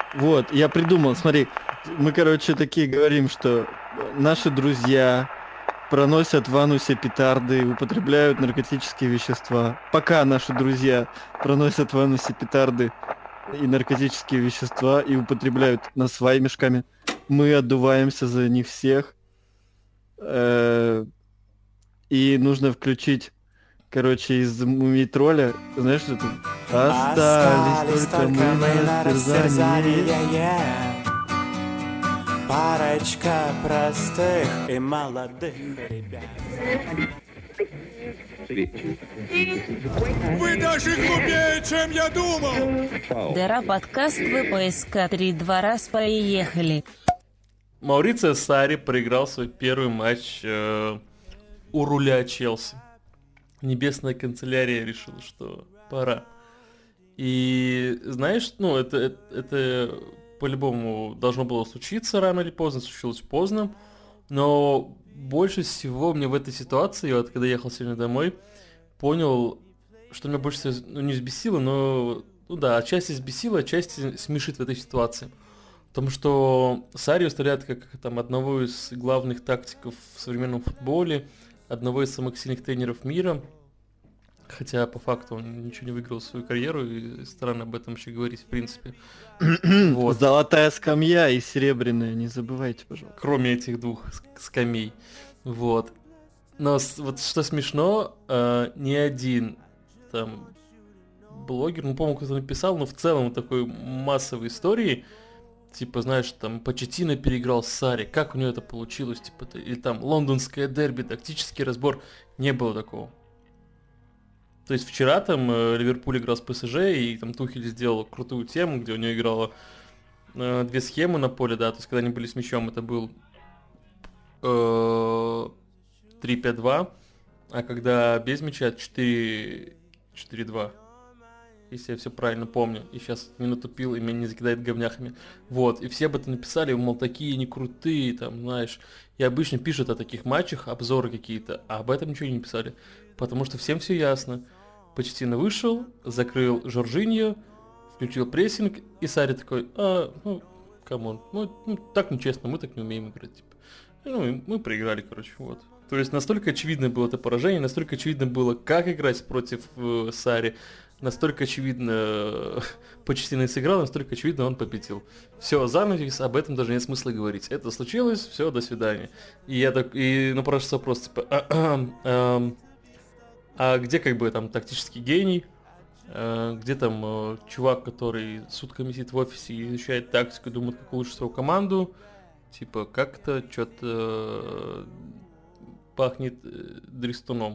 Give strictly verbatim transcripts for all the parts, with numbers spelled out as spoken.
Вот, я придумал, смотри, мы, короче, такие говорим, что наши друзья проносят в анусе петарды, употребляют наркотические вещества. Пока наши друзья проносят в анусе петарды и наркотические вещества и употребляют насвай мешками, мы отдуваемся за них всех. Э, И нужно включить, короче, из мумий-тролля, знаешь, что тут? Остались только мы на растерзании. Парочка простых и молодых ребят. Вы даже глупее, чем я думал! Дыра подкаст ВПСК три два раз поехали. Маурицио Сарри проиграл свой первый матч э, у руля Челси. Небесная канцелярия решила, что пора. И знаешь, ну это, это, это по-любому должно было случиться рано или поздно, случилось поздно. Но больше всего мне в этой ситуации, вот когда я ехал сегодня домой, понял, что меня больше всего, ну, не взбесило, но, ну да, отчасти взбесило, отчасти смешит в этой ситуации. Потому что Сарри выставляет как там одного из главных тактиков в современном футболе, одного из самых сильных тренеров мира. Хотя по факту он ничего не выиграл в свою карьеру, и странно об этом вообще говорить в принципе. Вот. Золотая скамья и серебряная, не забывайте, пожалуйста. Кроме этих двух скамей. Вот. Но вот что смешно, э, ни один там блогер, ну, по-моему, кто-то написал, но в целом такой массовой истории, типа, знаешь, там, Почеттино переиграл Сарри, как у него это получилось, типа, или там, лондонское дерби, тактический разбор, не было такого. То есть вчера там э, Ливерпуль играл с ПСЖ, и там Тухель сделал крутую тему, где у него играло э, две схемы на поле, да, то есть когда они были с мячом, это был э, три пять два, а когда без мяча четыре четыре два. Если я все правильно помню, и сейчас не натупил, и меня не закидает говняхами. Вот, и все об этом написали, мол, такие не крутые, там, знаешь. И обычно пишут о таких матчах, обзоры какие-то, а об этом ничего не писали. Потому что всем все ясно. Почеттино вышел, закрыл Жоржиньо, включил прессинг, и Сарри такой, а, ну, камон, ну, ну, так нечестно, мы так не умеем играть, типа. Ну, и мы проиграли, короче, вот. То есть настолько очевидно было это поражение, настолько очевидно было, как играть против э, Сарри, настолько очевидно э, Почеттино сыграл, настолько очевидно он победил. Все, занавес, об этом даже нет смысла говорить. Это случилось, все, до свидания. И я так, и напрашивается вопрос, типа, а, а где как бы там тактический гений, а, где там э, чувак, который сутками сидит в офисе и изучает тактику, думает, как улучшить свою команду, типа, как-то что-то пахнет э, дрестуном.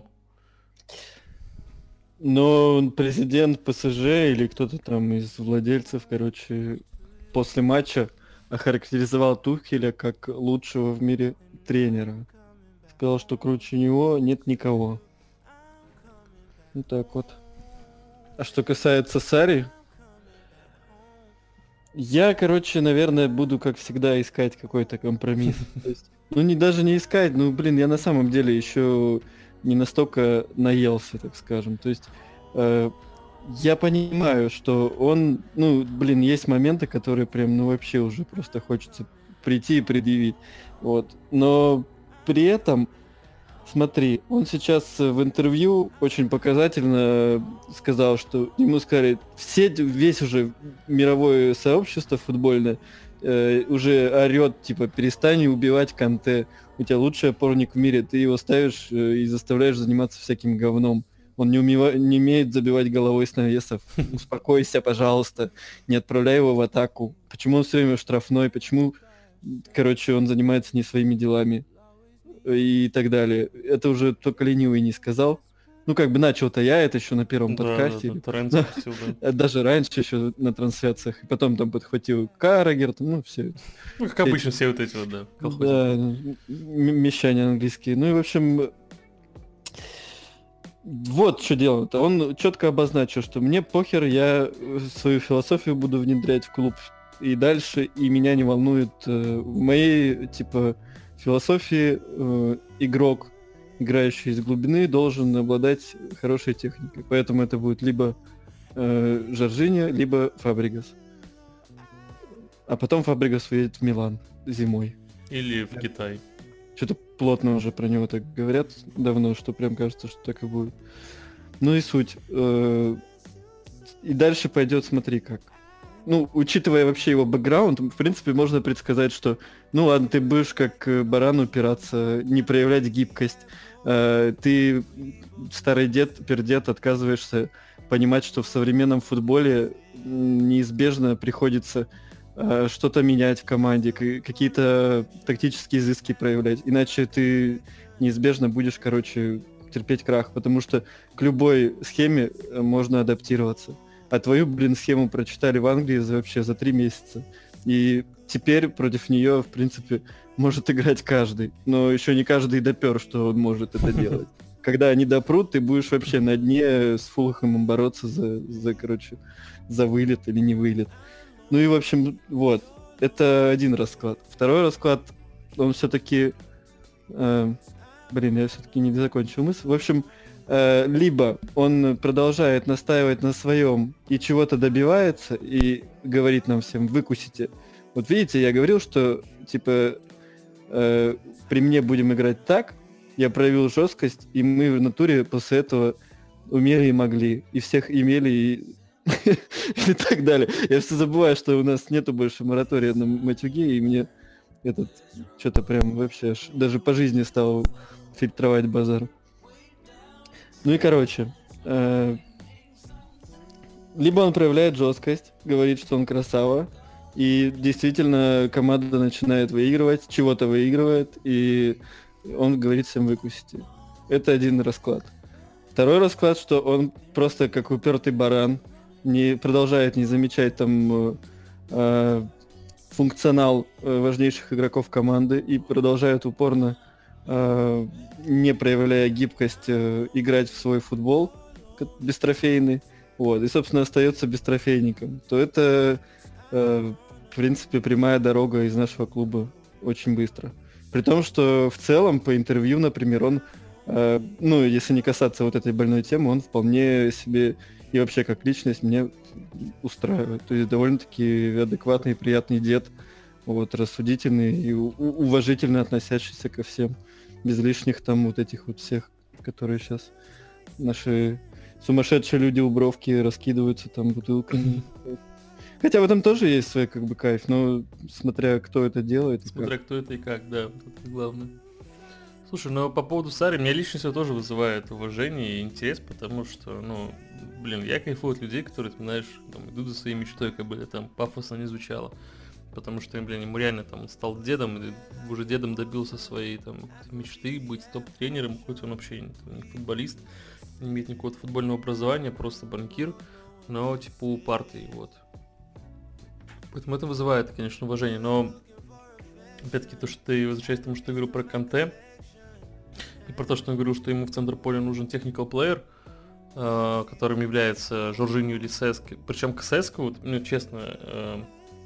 Но президент ПСЖ или кто-то там из владельцев, короче, после матча охарактеризовал Тухеля как лучшего в мире тренера. Сказал, что круче него нет никого. Вот так вот. А что касается Сарри, я, короче, наверное, буду, как всегда, искать какой-то компромисс. То есть, ну, не даже не искать, ну, блин, я на самом деле еще не настолько наелся, так скажем. То есть, э, я понимаю, что он, ну, блин, есть моменты, которые прям, ну, вообще уже просто хочется прийти и предъявить. Вот. Но при этом, смотри, он сейчас в интервью очень показательно сказал, что ему сказали, все, весь уже мировое сообщество футбольное э, уже орет, типа, перестань убивать Канте, у тебя лучший опорник в мире, ты его ставишь э, и заставляешь заниматься всяким говном. Он не, умева- не умеет забивать головой с навесов. Успокойся, пожалуйста, не отправляй его в атаку. Почему он все время штрафной, почему, короче, он занимается не своими делами. И так далее. Это уже только ленивый не сказал. Ну, как бы начал-то я это еще на первом Да, подкасте. да, да, тренд запустил, да. Даже раньше еще на трансляциях. И потом там подхватил Каррагер, там, ну, все. Ну, как обычно, все вот эти вот, да, колхозы. Да, м- мещане английские. Ну и, в общем, вот что делал-то. Он четко обозначил, что мне похер, я свою философию буду внедрять в клуб и дальше, и меня не волнует э, в моей, типа, философии э, игрок, играющий из глубины, должен обладать хорошей техникой. Поэтому это будет либо э, Жоржиньо, либо Фабригас. а потом Фабрегас уедет в Милан зимой. Или в Китай. Что-то плотно уже про него так говорят давно, что прям кажется, что так и будет. Ну и суть. И дальше пойдет, смотри как. Ну, учитывая вообще его бэкграунд, в принципе, можно предсказать, что, ну ладно, ты будешь как баран упираться, не проявлять гибкость. Ты, старый дед, пердед, отказываешься понимать, что в современном футболе неизбежно приходится что-то менять в команде, какие-то тактические изыски проявлять. Иначе ты неизбежно будешь, короче, терпеть крах, потому что к любой схеме можно адаптироваться. А твою, блин, схему прочитали в Англии за, вообще за три месяца. И теперь против нее, в принципе, может играть каждый. Но еще не каждый допер, что он может это делать. Когда они допрут, ты будешь вообще на дне с Фулхэмом бороться за, за, короче, за вылет или не вылет. Ну и, в общем, вот. Это один расклад. Второй расклад, он все-таки... Э, блин, я все-таки не закончил мысль. В общем... либо он продолжает настаивать на своем и чего-то добивается и говорит нам всем: выкусите. Вот видите, я говорил, что типа э, при мне будем играть так, я проявил жесткость, и мы в натуре после этого умели и могли, и всех имели, и, и так далее. Я все забываю, что у нас нету больше моратория на матюги, и мне этот что-то прям вообще аж даже по жизни стал фильтровать базар. Ну и короче, э, либо он проявляет жесткость, говорит, что он красава, и действительно команда начинает выигрывать, чего-то выигрывает, и он говорит всем: выкусите. Это один расклад. Второй расклад, что он просто как упертый баран, не продолжает не замечать там э, функционал э, важнейших игроков команды и продолжает упорно, Uh, не проявляя гибкость, uh, играть в свой футбол бестрофейный, вот, и, собственно, остается бестрофейником, то это, uh, в принципе, прямая дорога из нашего клуба очень быстро. При том, что в целом по интервью, например, он, uh, ну, если не касаться вот этой больной темы, он вполне себе и вообще как личность меня устраивает. То есть довольно-таки адекватный, приятный дед, вот, рассудительный и у- уважительно относящийся ко всем. Без лишних там вот этих вот всех, которые сейчас наши сумасшедшие люди у бровки раскидываются там бутылками. Хотя в этом тоже есть свой как бы кайф, но смотря кто это делает. Смотря кто это и как, да, вот это главное. Слушай, ну по поводу Сарри, меня лично все тоже вызывает уважение и интерес, потому что, ну, блин, я кайфую от людей, которые, ты знаешь, там, идут за своей мечтой, как бы это там пафосно не звучало. Потому что, блин, ему реально там стал дедом, и уже дедом добился своей там мечты быть топ-тренером, хоть он вообще не, там, не футболист, не имеет никакого футбольного образования, просто банкир, но типа у партии, вот. Поэтому это вызывает, конечно, уважение, но опять-таки то, что ты возвращаясь к тому, что я говорил про Канте, и про то, что я говорил, что ему в центр поля нужен technical player, э, которым является Жоржиньо или Сеско, причем к Сеско, вот, ну, честно, э,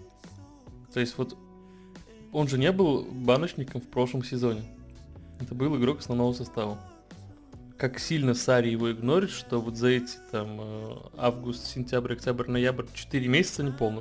то есть вот он же не был баночником в прошлом сезоне. Это был игрок основного состава. Как сильно Сарри его игнорит, что вот за эти там август, сентябрь, октябрь, ноябрь, четыре месяца неполных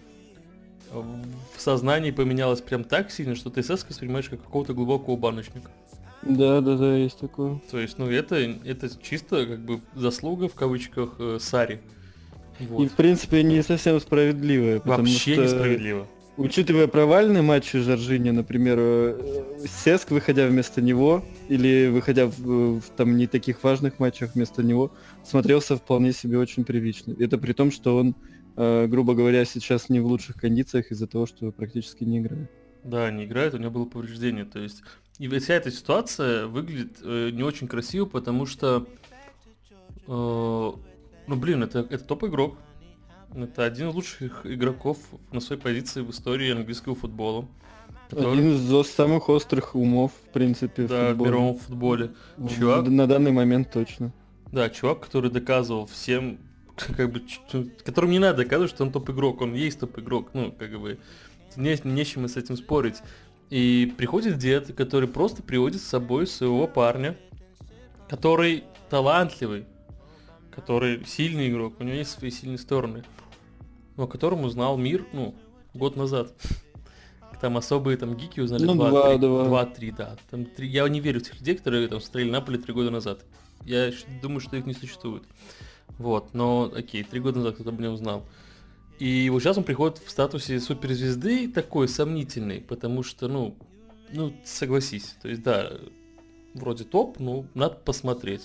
в сознании поменялось прям так сильно, что ты Сеско воспринимаешь как какого-то глубокого баночника. Да, да, да, есть такое. То есть, ну это, это чисто как бы заслуга в кавычках Сарри. Вот. И в принципе не совсем справедливое. Вообще что... несправедливо. Учитывая провальные матчи Жоржиньо, например, Сеск, выходя вместо него, или выходя в, в там не таких важных матчах вместо него, смотрелся вполне себе очень прилично. Это при том, что он, э, грубо говоря, сейчас не в лучших кондициях из-за того, что практически не играет. Да, не играет, у него было повреждение. То есть, и вся эта ситуация выглядит э, не очень красиво, потому что, э, ну блин, это, это топ-игрок. Это один из лучших игроков на своей позиции в истории английского футбола. Который... Один из самых острых умов, в принципе, да, в мировом футболе. Чувак... На данный момент точно. Да, чувак, который доказывал всем, как бы, которому не надо доказывать, что он топ-игрок, он есть топ-игрок, ну, как бы, не, не с чем с этим спорить. И приходит дед, который просто приводит с собой своего парня, который талантливый, который сильный игрок, у него есть свои сильные стороны, но которому знал мир, ну, год назад. Там особые там гики узнали Ну, два-три, два, два-три, да. Там три, я не верю в тех людей, которые там строили Наполи три года назад. Я думаю, что их не существует. Вот, но окей, три года назад кто-то об нем узнал. И вот сейчас он приходит в статусе суперзвезды такой сомнительный, потому что, ну, ну, согласись, то есть, да, вроде топ, ну, надо посмотреть.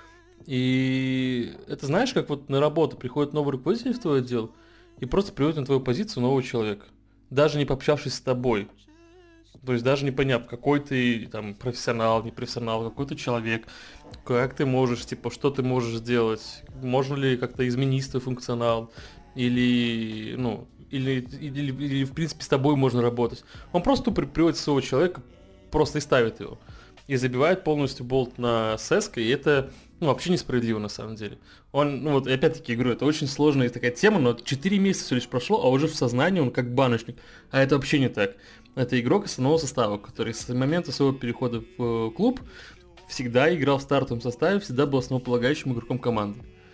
И это знаешь, как вот на работу приходит новый руководитель в твой отдел и просто приводит на твою позицию нового человека, даже не пообщавшись с тобой. То есть даже не поняв, какой ты там профессионал, не профессионал, какой ты человек, как ты можешь, типа, что ты можешь сделать, можно ли как-то изменить твой функционал, или, ну, или, или, или в принципе с тобой можно работать. Он просто тупо приводит своего человека, просто и ставит его. И забивает полностью болт на Сеско, и это, ну, вообще несправедливо на самом деле. Он, ну вот, и опять-таки, говорю, это очень сложная такая тема, но четыре месяца всего лишь прошло, а уже в сознании он как баночник. А это вообще не так. Это игрок основного состава, который с момента своего перехода в клуб всегда играл в стартовом составе, всегда был основополагающим игроком команды.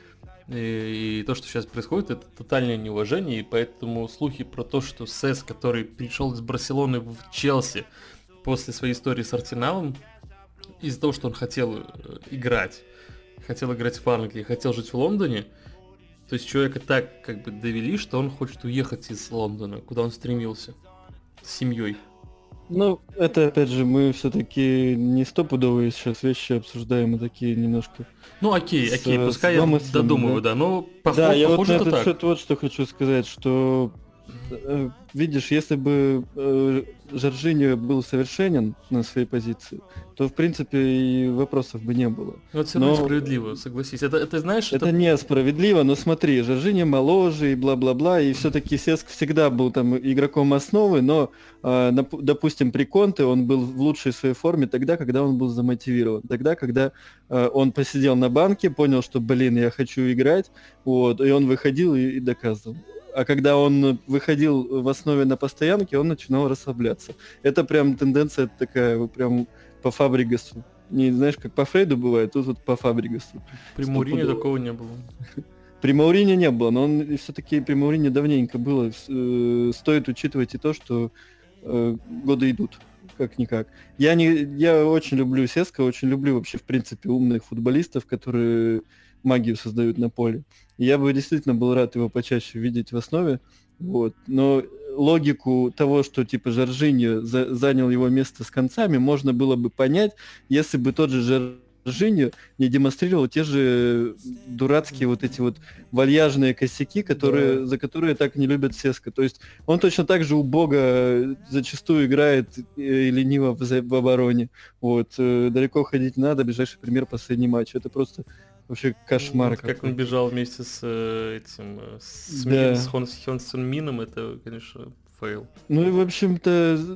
И, и то, что сейчас происходит, это тотальное неуважение, и поэтому слухи про то, что Сес, который перешел из Барселоны в Челси после своей истории с Арсеналом, из-за того, что он хотел играть, хотел играть в Англии, хотел жить в Лондоне, то есть человека так как бы довели, что он хочет уехать из Лондона, куда он стремился, с семьей. Ну, это, опять же, мы все-таки не стопудовые сейчас вещи обсуждаем, а такие немножко... Ну, окей, с, окей, пускай я замыслом, додумываю, да, да, но похоже, да, я похоже вот на это этот так. счет вот что хочу сказать, что, э, видишь, если бы э, Жоржиньо был совершенен на своей позиции, то, в принципе, и вопросов бы не было. Ну, это все равно Но... несправедливо, согласись. Это, это знаешь, Это, это... несправедливо, но смотри, Жоржиньо моложе и бла-бла-бла, и все-таки Сеск всегда был там игроком основы, но, э, нап- допустим, при Конте он был в лучшей своей форме тогда, когда он был замотивирован, тогда, когда э, он посидел на банке, понял, что, блин, я хочу играть, вот, и он выходил и, и доказывал. А когда он выходил в основе на постоянке, он начинал расслабляться. Это прям тенденция такая, прям по Фабрегасу. Не знаешь, как по Фрейду бывает, тут вот по Фабрегасу. При Мourinho такого не было. При Мourinho не было, но он все-таки при Mourinho давненько было. Э, стоит учитывать и то, что э, годы идут, как-никак. Я, не, я очень люблю Сеско, очень люблю вообще, в принципе, умных футболистов, которые магию создают на поле. И я бы действительно был рад его почаще видеть в основе. Вот. Но логику того, что типа Жоржиньо за, занял его место с концами, можно было бы понять, если бы тот же Жоржиньо не демонстрировал те же дурацкие вот эти вот вальяжные косяки, которые, да. за которые так не любят Сеско. То есть он точно так же убого зачастую играет и лениво в, в обороне. Вот. Далеко ходить не надо. Ближайший пример — последний матч. Это просто вообще кошмар. Вот как он бежал вместе с этим, с, да. Мин, с Хон, Хон Сон Мином, это, конечно, фейл. Ну и, в общем-то,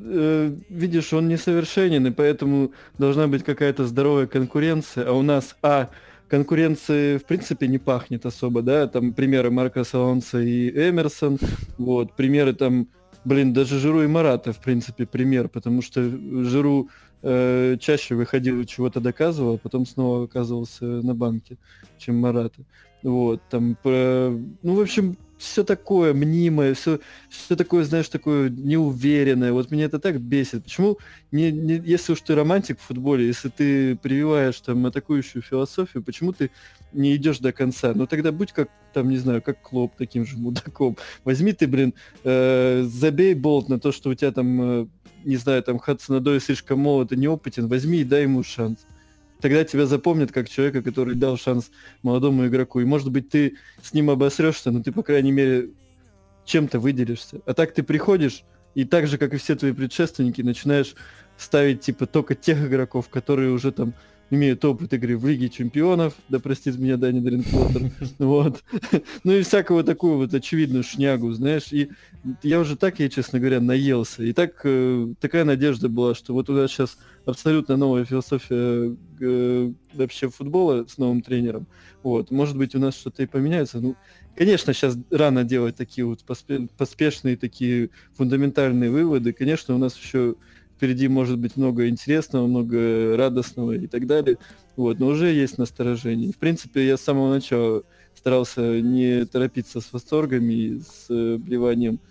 э, видишь, он несовершенен, и поэтому должна быть какая-то здоровая конкуренция. А у нас, а, конкуренции, в принципе, не пахнет особо, да, там примеры Маркоса Алонсо и Эмерсон, вот, примеры там, блин, даже Жиру и Марата, в принципе, пример, потому что Жиру э, чаще выходил и чего-то доказывал, а потом снова оказывался на банке, чем Марата. Вот, там, про... ну, в общем, все такое мнимое, все, все такое, знаешь, такое неуверенное. Вот меня это так бесит. Почему, не, не, если уж ты романтик в футболе, если ты прививаешь там атакующую философию, почему ты не идешь до конца? Ну тогда будь как, там, не знаю, как Клоп, таким же мудаком. Возьми ты, блин, э, забей болт на то, что у тебя там, э, не знаю, там Хадсон-Одой слишком молод и неопытен, возьми и дай ему шанс. Тогда тебя запомнят как человека, который дал шанс молодому игроку. И, может быть, ты с ним обосрешься, но ты, по крайней мере, чем-то выделишься. А так ты приходишь, и так же, как и все твои предшественники, начинаешь ставить, типа, только тех игроков, которые уже там имеют опыт игры в Лиге Чемпионов, да простит меня Дани Дринквотер, вот. Ну и всякого такую вот очевидную шнягу, знаешь. И я уже так, я, честно говоря, наелся. И так такая надежда была, что вот у нас сейчас абсолютно новая философия э, вообще футбола с новым тренером. Вот. Может быть, у нас что-то и поменяется. Ну, конечно, сейчас рано делать такие вот поспе- поспешные, такие фундаментальные выводы. Конечно, у нас еще впереди может быть много интересного, много радостного и так далее. Вот. Но уже есть насторожение. В принципе, я с самого начала старался не торопиться с восторгами и с э, блеванием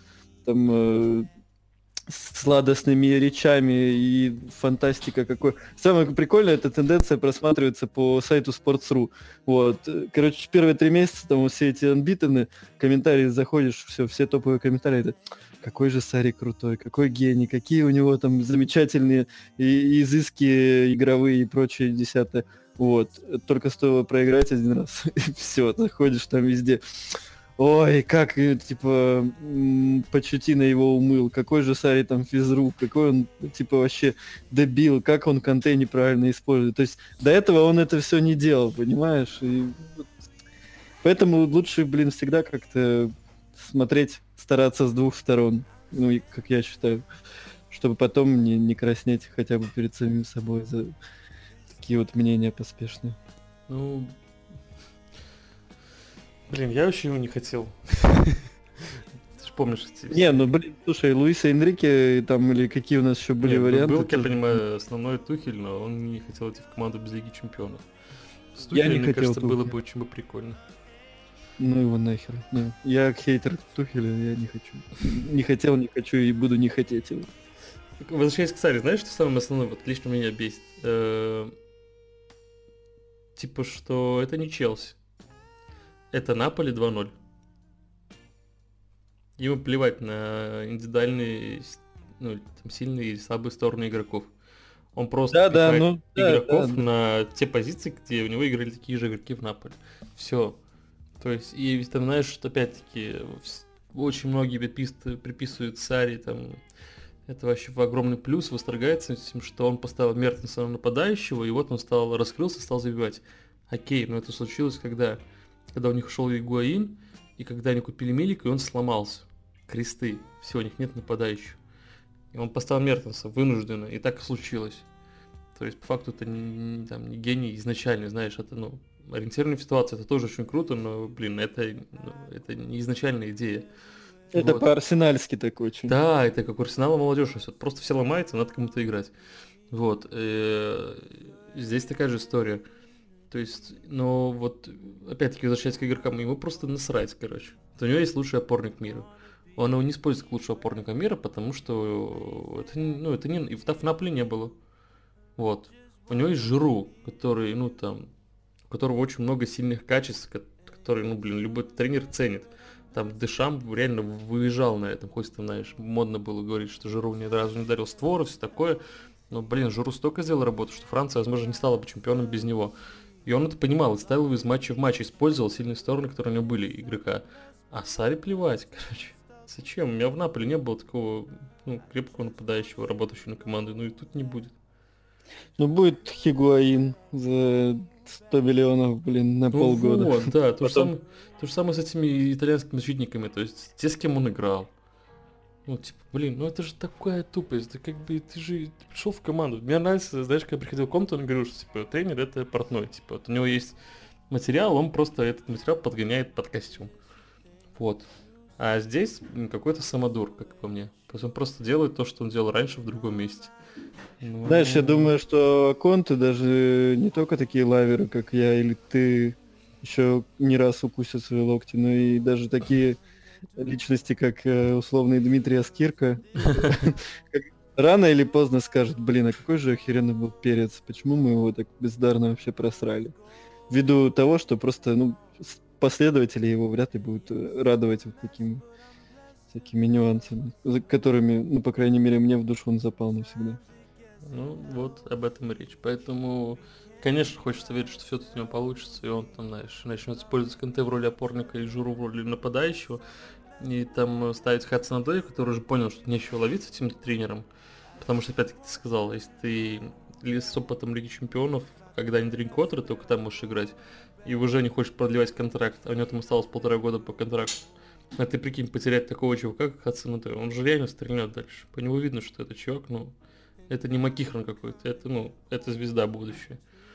там э, с сладостными речами и фантастика какой. Самое прикольное, эта тенденция просматривается по сайту Sports точка ру. Вот. Короче, первые три месяца там все эти анбитены, комментарии заходишь, все, все топовые комментарии, это какой же Сари крутой, какой гений, какие у него там замечательные и изыски игровые и прочее десятое. Вот. Только стоило проиграть один раз, и все, заходишь там везде. Ой, как, типа, Почетино его умыл, какой же Сари там физрук, какой он, типа, вообще дебил, как он контент неправильно использует. То есть до этого он это все не делал, понимаешь? И поэтому лучше, блин, всегда как-то смотреть, стараться с двух сторон, ну, и, как я считаю, чтобы потом не, не краснеть хотя бы перед самим собой за такие вот мнения поспешные. Ну... Блин, я вообще его не хотел. Ты же помнишь эти... Не, ну, блин, слушай, Луиса Энрике там или какие у нас еще были Нет, варианты? Был, я тоже... понимаю, основной Тухель, но он не хотел идти в команду без Лиги Чемпионов. С Я Тухелем, не мне хотел кажется, Тухеля. было бы очень бы прикольно. Ну его нахер. Не. Я хейтер Тухеля, я не хочу. Не хотел, не хочу и буду не хотеть его. Возвращаясь к Саре, знаешь, что самое основное, вот лично меня бесит? Э, Типа, что это не Челси. Это Наполи два ноль. Ему плевать на индивидуальные, ну, там, сильные и слабые стороны игроков. Он просто Да, да, пихает ну, да, игроков да, да. на те позиции, где у него играли такие же игроки в Наполе. Все. То есть, и ты знаешь, что опять-таки вс- очень многие припис- приписывают Сари, там, это вообще огромный плюс, восторгается этим, что он поставил Мертенса на нападающего, и вот он стал, раскрылся, стал забивать. Окей, но это случилось когда? Когда у них ушел Игуаин, и когда они купили Милика, и он сломался. Кресты. Все, у них нет нападающих. И он поставил Мертенса вынужденно, и так и случилось. То есть, по факту, это не, не, там, не гений изначальный, знаешь, это, ну, ориентированная ситуация, это тоже очень круто, но, блин, это, ну, это не изначальная идея. Это Вот. по-арсенальски так очень. Да, это как у Арсенала молодежь растет. Просто все ломается, надо кому-то играть. Вот. э, Здесь такая же история. То есть, ну вот, опять-таки, возвращаясь к игрокам, ему просто насрать, короче. У него есть лучший опорник мира. Он его не использует как лучшего опорника мира, потому что это, ну, это не... И в Наполе не было. Вот. У него есть Жиру, который, ну там, у которого очень много сильных качеств, которые, ну, блин, любой тренер ценит. Там Дешам реально выезжал на этом, хоть там, знаешь, модно было говорить, что Жиру ни разу не дарил створ и все такое. Но, блин, Жиру столько сделал работу, что Франция, возможно, не стала бы чемпионом без него. И он это понимал, и ставил его из матча в матч, использовал сильные стороны, которые у него были, игрока. А Саре плевать, короче. Зачем? У меня в Наполе не было такого, ну, крепкого нападающего, работающего на команду, ну и тут не будет. Ну будет Хигуаин за сто миллионов, блин, на Ну полгода. вот, да, то же, Потом- самое, то же самое с этими итальянскими защитниками, то есть те, с кем он играл. Ну, типа, блин, ну это же такая тупость, ты как бы, ты же ты пришел в команду. Мне нравится, знаешь, когда я приходил в комнату, он говорил, что, типа, тренер это портной, типа, вот у него есть материал, он просто этот материал подгоняет под костюм. Вот. А здесь м, какой-то самодур, как по мне. То есть он просто делает то, что он делал раньше в другом месте. Ну, Знаешь, я думаю, что Конте даже не только такие лаверы, как я или ты, еще не раз укусят свои локти, но и даже такие личности, как э, условный Дмитрий Аскирко, как рано или поздно скажут, блин, а какой же охеренный был перец, почему мы его так бездарно вообще просрали? Ввиду того, что просто, ну, с- последователи его вряд ли будут э, радовать вот такими всякими нюансами, за которыми, ну, по крайней мере, мне в душу он запал навсегда. Ну, вот об этом и речь. Поэтому, конечно, хочется верить, что все тут у него получится, и он там, знаешь, начнет использовать Канте в роли опорника и Жиру в роли нападающего, и там ставить Хадсона-Одои, который уже понял, что нечего ловить с этим тренером, потому что, опять-таки, ты сказал, если ты ли- с опытом Лиги Чемпионов, когда не дринквотер, только там можешь играть, и уже не хочешь продлевать контракт, а у него там осталось полтора года по контракту, а ты, прикинь, потерять такого чувака, как Хадсон-Одои, он же реально стрельнет дальше. По нему видно, что это чувак, ну, это не Макихрон какой-то, это, ну, это звезда будущее.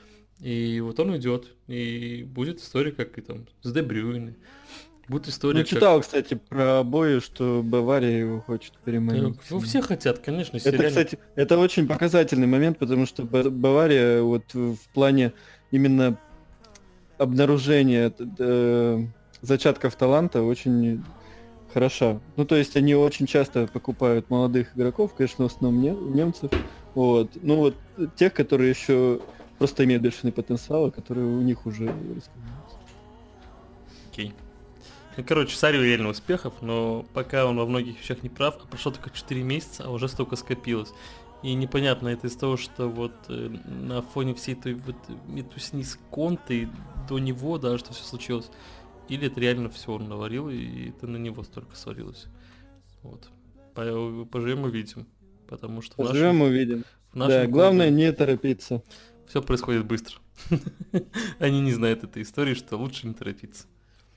И вот он уйдет, и будет история, как и там с Де Брюйне. Будет история, Ну, читал, кстати, про обои, что Бавария его хочет как... переманить. Ну, все хотят, конечно, Это, реально- кстати, это очень показательный момент, потому что Ба- Бавария вот в плане именно обнаружения э, зачатков таланта очень хороша. Ну, то есть они очень часто покупают молодых игроков, конечно, в основном не, немцев. Вот. Ну вот тех, которые еще просто имеют бешеный потенциал, которые у них уже раскрываются. Окей. Ну, короче, Сарию реально успехов, но пока он во многих вещах не прав, а прошло только четыре месяца, а уже столько скопилось. И непонятно, это из-за того, что вот э, на фоне всей той вот метусни с Конте до него, да, что все случилось, или это реально все он наварил, и это на него столько свалилось. Вот. Поживем увидим. Потому что Поживем увидим. В нашем да, главное клубе не торопиться. Все происходит быстро. Они не знают этой истории, что лучше не торопиться.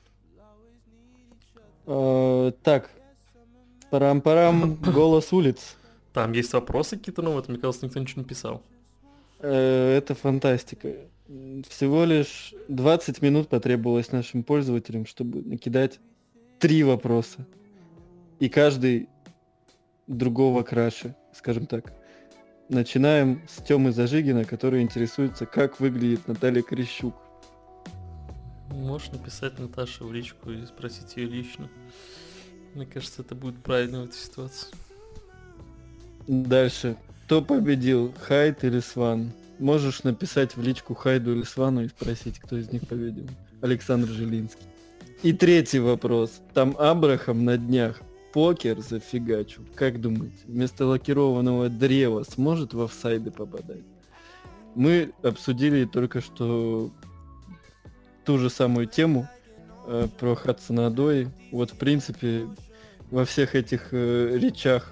А, так. Парам-парам, голос улиц. Там есть вопросы какие-то, но вот, мне кажется, никто ничего не писал. Это фантастика. Всего лишь двадцать минут потребовалось нашим пользователям, чтобы накидать три вопроса. И каждый другого краше, скажем так. Начинаем с Тёмы Зажигина, который интересуется, как выглядит Наталья Крещук. Можешь написать Наташе в личку и спросить ее лично. Мне кажется, это будет правильно в этой ситуации. Дальше. Кто победил, Хайд или Сван? Можешь написать в личку Хайду или Свану и спросить, кто из них победил. Александр Жилинский. И третий вопрос. Там Абрахам на днях покер зафигачил. Как думаете, вместо лакированного древа сможет в офсайды попадать? Мы обсудили только что ту же самую тему э, про Хадсона-Одои. Вот, в принципе, во всех этих э, речах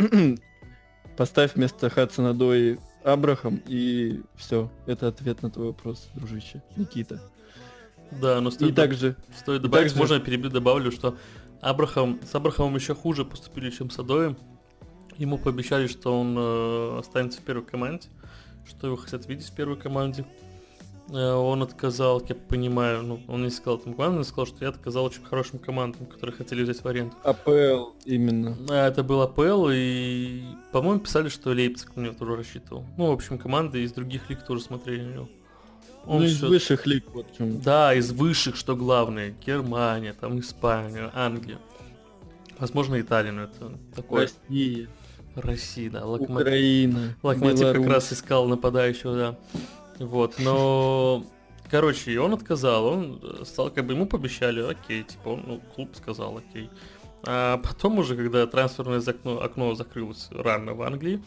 поставь вместо Хадсона-Одои Абрахам, и все. Это ответ на твой вопрос, дружище. Никита. Да, но стоит, и также, стоит добавить, также... можно я перебью, добавлю, что Абрахам, с Абрахамом еще хуже поступили, чем с Одоем. Ему пообещали, что он э, останется в первой команде, что его хотят видеть в первой команде. Э, он отказал, как я понимаю, ну, он не сказал там команду, он сказал, что я отказал очень хорошим командам, которые хотели взять в аренду. АПЛ именно. А, это был АПЛ, и, по-моему, писали, что Лейпциг на него тоже рассчитывал. Ну, в общем, команды из других лиг тоже смотрели на него. Он ну, из все... высших лиг, вот в чем. Да, из высших, что главное. Германия, там Испания, Англия. Возможно, Италия, но это такое. Россия. Россия, да. Локомотив... Украина. Локомотив Беларусь. Как раз искал нападающего, да. Вот, но... Короче, он отказал, он стал, как бы ему пообещали, окей, типа, он, ну, клуб сказал, окей. А потом уже, когда трансферное окно, окно закрылось рано в Англии,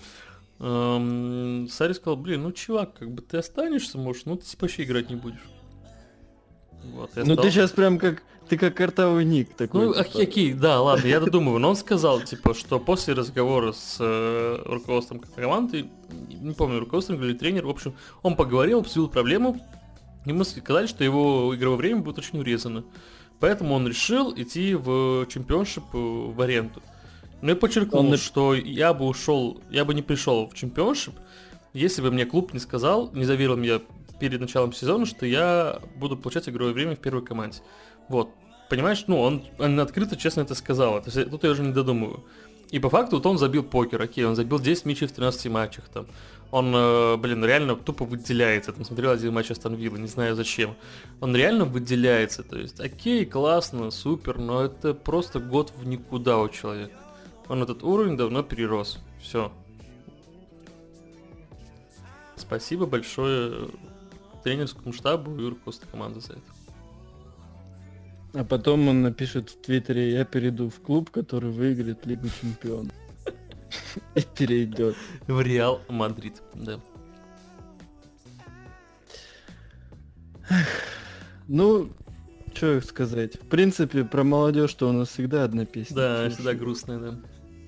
эм, Сарри сказал, блин, ну, чувак, как бы ты останешься, может, ну, ты типа вообще играть не будешь. Вот, ну, стал... ты сейчас прям как, ты как картавый ник такой. Ну, типа. окей, окей, да, ладно, я додумываю, но он сказал, типа, что после разговора с э, руководством команды, не помню, руководством или тренер, в общем, он поговорил, обсудил проблему, ему сказали, что его игровое время будет очень урезано. Поэтому он решил идти в чемпионшип в аренду. Но я подчеркнул, он... что я бы ушел, я бы не пришел в чемпионшип, если бы мне клуб не сказал, не заверил меня перед началом сезона, что я буду получать игровое время в первой команде. Вот. Понимаешь, ну, он, он открыто, честно это сказал. То есть, тут я уже не додумываю. И по факту вот он забил покер, окей, он забил десять мячей в тринадцати матчах там. Он, э, блин, реально тупо выделяется. Там смотрел один матч Астон Виллы, не знаю зачем. Он реально выделяется. То есть, окей, классно, супер, но это просто год в никуда у человека. Он этот уровень давно перерос. Все. Спасибо большое тренерскому штабу и руководству команды за это. А потом он напишет в Твиттере: я перейду в клуб, который выиграет Лигу Чемпионов. И перейдет. В Реал Мадрид, да. Ну, что сказать. В принципе, про молодежь-то у нас всегда одна песня. Да, всегда грустная, да.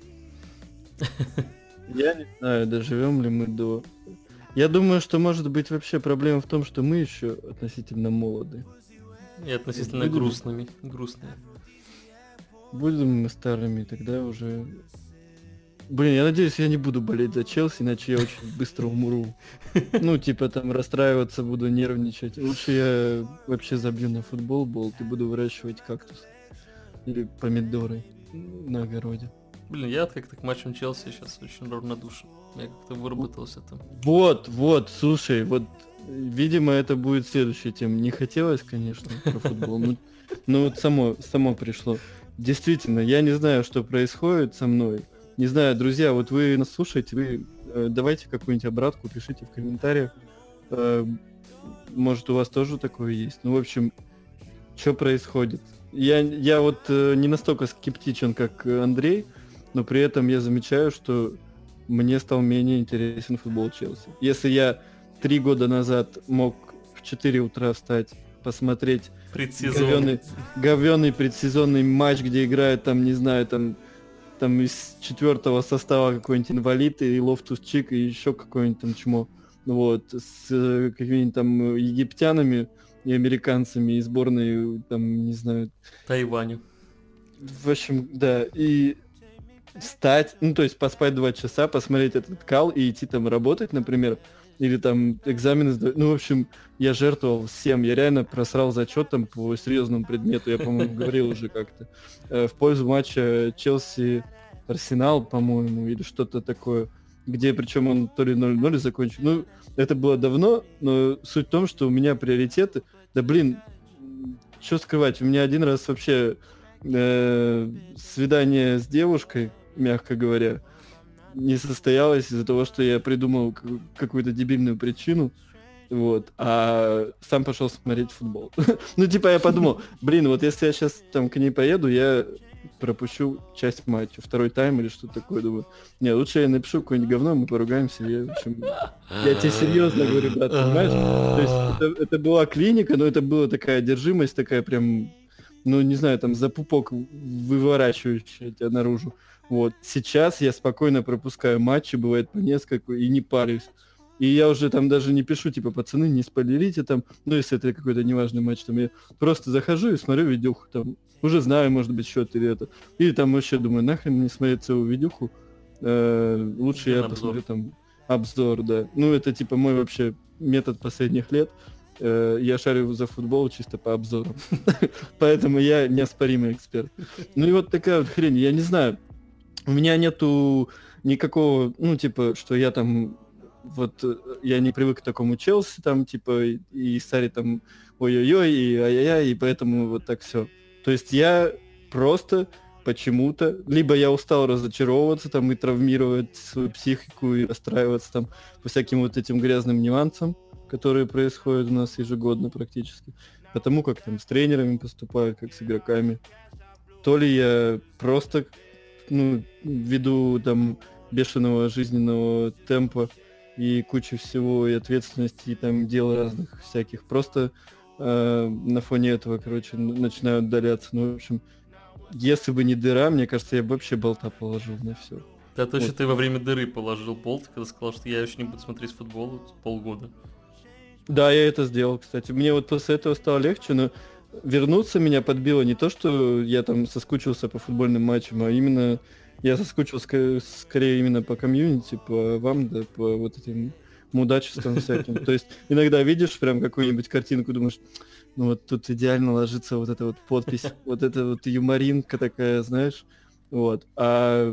Я не знаю, доживем ли мы до... Я думаю, что может быть вообще проблема в том, что мы еще относительно молоды. И относительно будем... грустными. Грустные. Будем мы старыми, тогда уже... Блин, я надеюсь, я не буду болеть за Челси, иначе я очень быстро умру. Ну, типа там расстраиваться буду, нервничать. Лучше я вообще забью на футбол, болт и буду выращивать кактус. Или помидоры на огороде. Блин, я как-то к матчам Челси сейчас очень равнодушен. Я как-то выработался там. Вот, вот, слушай, вот, видимо, это будет следующая тема. Не хотелось, конечно, про футбол, но, но вот само, само пришло. действительно, я не знаю, что происходит со мной. Не знаю, друзья, вот вы нас слушаете, вы э, давайте какую-нибудь обратку, пишите в комментариях. Э, может, у вас тоже такое есть. Ну, в общем, что происходит? Я, я вот э, не настолько скептичен, как Андрей, но при этом я замечаю, что мне стал менее интересен футбол Челси. Если я три года назад мог в четыре утра встать, посмотреть говёный, говёный предсезонный матч, где играют там, не знаю, там, там из четвертого состава какой-нибудь инвалид и Лофтус-Чик и еще какой-нибудь там чмо, вот, с э, какими-нибудь там египтянами и американцами, и сборной, там, не знаю... Тайваню. В общем, да, и встать, ну, то есть поспать два часа, посмотреть этот кал и идти там работать, например, или там экзамены сдавать. Ну, в общем, я жертвовал всем. Я реально просрал зачет там по серьезному предмету, я, по-моему, говорил уже как-то. В пользу матча Челси-Арсенал, по-моему, или что-то такое, где причем он то ли ноль ноль закончил. Ну, это было давно, но суть в том, что у меня приоритеты... Да, блин, что скрывать, у меня один раз вообще э, свидание с девушкой, мягко говоря, не состоялось из-за того, что я придумал какую-то дебильную причину, вот, а сам пошел смотреть футбол. Ну, типа, я подумал, блин, вот если я сейчас там к ней поеду, я пропущу часть матча, второй тайм или что-то такое, думаю. Не, лучше я напишу какое-нибудь говно, мы поругаемся, я, в общем, я тебе серьезно говорю, брат, понимаешь? То есть это, это была клиника, но это была такая одержимость, такая прям, ну, не знаю, там, за пупок выворачивающая тебя наружу. Вот. Сейчас я спокойно пропускаю матчи, бывает по несколько, и не парюсь. И я уже там даже не пишу, типа, пацаны, не спойлерите там, ну, если это какой-то неважный матч, там, я просто захожу и смотрю видюху, там, уже знаю, может быть, счет или это. Или там вообще думаю, нахрен не смотреть целую видюху, э, лучше я посмотрю там обзор, да. Ну, это, типа, мой вообще метод последних лет. Э, я шарю за футбол чисто по обзорам. Поэтому я неоспоримый эксперт. Ну и вот такая вот хрень, я не знаю. У меня нету никакого, ну, типа, что я там, вот, я не привык к такому Челси, там, типа, и, и Сари там, ой-ой-ой, и ай-яй-яй, и поэтому вот так все. То есть я просто почему-то, либо я устал разочаровываться там и травмировать свою психику и расстраиваться там по всяким вот этим грязным нюансам, которые происходят у нас ежегодно практически, потому как там с тренерами поступают, как с игроками. То ли я просто... ну, ввиду там бешеного жизненного темпа и кучи всего, и ответственности, и там дел разных всяких, просто э, на фоне этого, короче, начинаю отдаляться. Ну, в общем, если бы не дыра, мне кажется, я бы вообще болта положил на все. Да, точно, вот. Ты во время дыры положил болт, когда сказал, что я еще не буду смотреть футбол полгода. Да, я это сделал, кстати. Мне вот после этого стало легче, но вернуться меня подбило не то, что я там соскучился по футбольным матчам, а именно я соскучился ск- скорее именно по комьюнити, по вам, да, по вот этим мудачествам всяким. То есть иногда видишь прям какую-нибудь картинку, думаешь, ну вот тут идеально ложится вот эта вот подпись, вот эта вот юморинка такая, знаешь, вот. А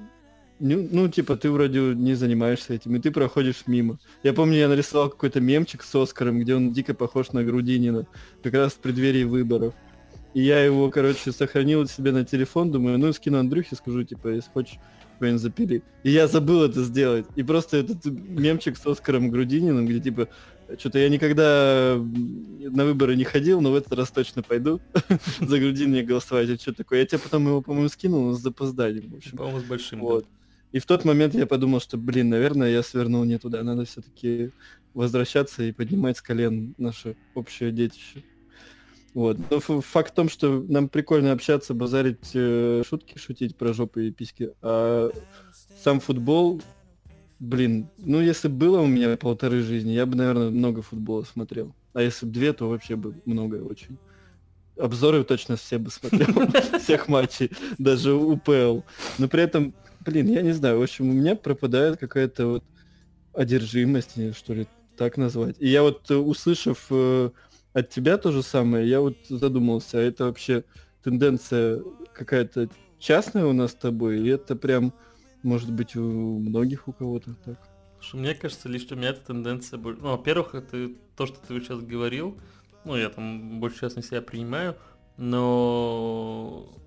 ну, ну, типа, ты вроде не занимаешься этим, и ты проходишь мимо. Я помню, я нарисовал какой-то мемчик с Оскаром, где он дико похож на Грудинина, как раз в преддверии выборов. И я его, короче, сохранил себе на телефон, думаю, ну, скину Андрюхе, скажу, типа, если хочешь, какой-нибудь запили. И я забыл это сделать. И просто этот мемчик с Оскаром Грудининым, где, типа, что-то я никогда на выборы не ходил, но в этот раз точно пойду за Грудинина голосовать. А что такое? Я тебе потом его, по-моему, скинул, но с запозданием, в общем. По-моему, с большим, вот. И в тот момент я подумал, что, блин, наверное, я свернул не туда. Надо все-таки возвращаться и поднимать с колен наше общее детище. Вот. Но факт в том, что нам прикольно общаться, базарить, э, шутки шутить про жопы и письки. А сам футбол, блин, ну если было у меня полторы жизни, я бы, наверное, много футбола смотрел. А если бы две, то вообще бы много очень. Обзоры точно все бы смотрел, всех матчей, даже УПЛ. Но при этом, блин, я не знаю, в общем, у меня пропадает какая-то вот одержимость, что ли, так назвать. И я вот, услышав э, от тебя то же самое, я вот задумался, а это вообще тенденция какая-то частная у нас с тобой, и это прям, может быть, у многих у кого-то так? Слушай, мне кажется, лично у меня эта тенденция... Ну, во-первых, это то, что ты сейчас говорил, ну, я там большую часть на себя принимаю, но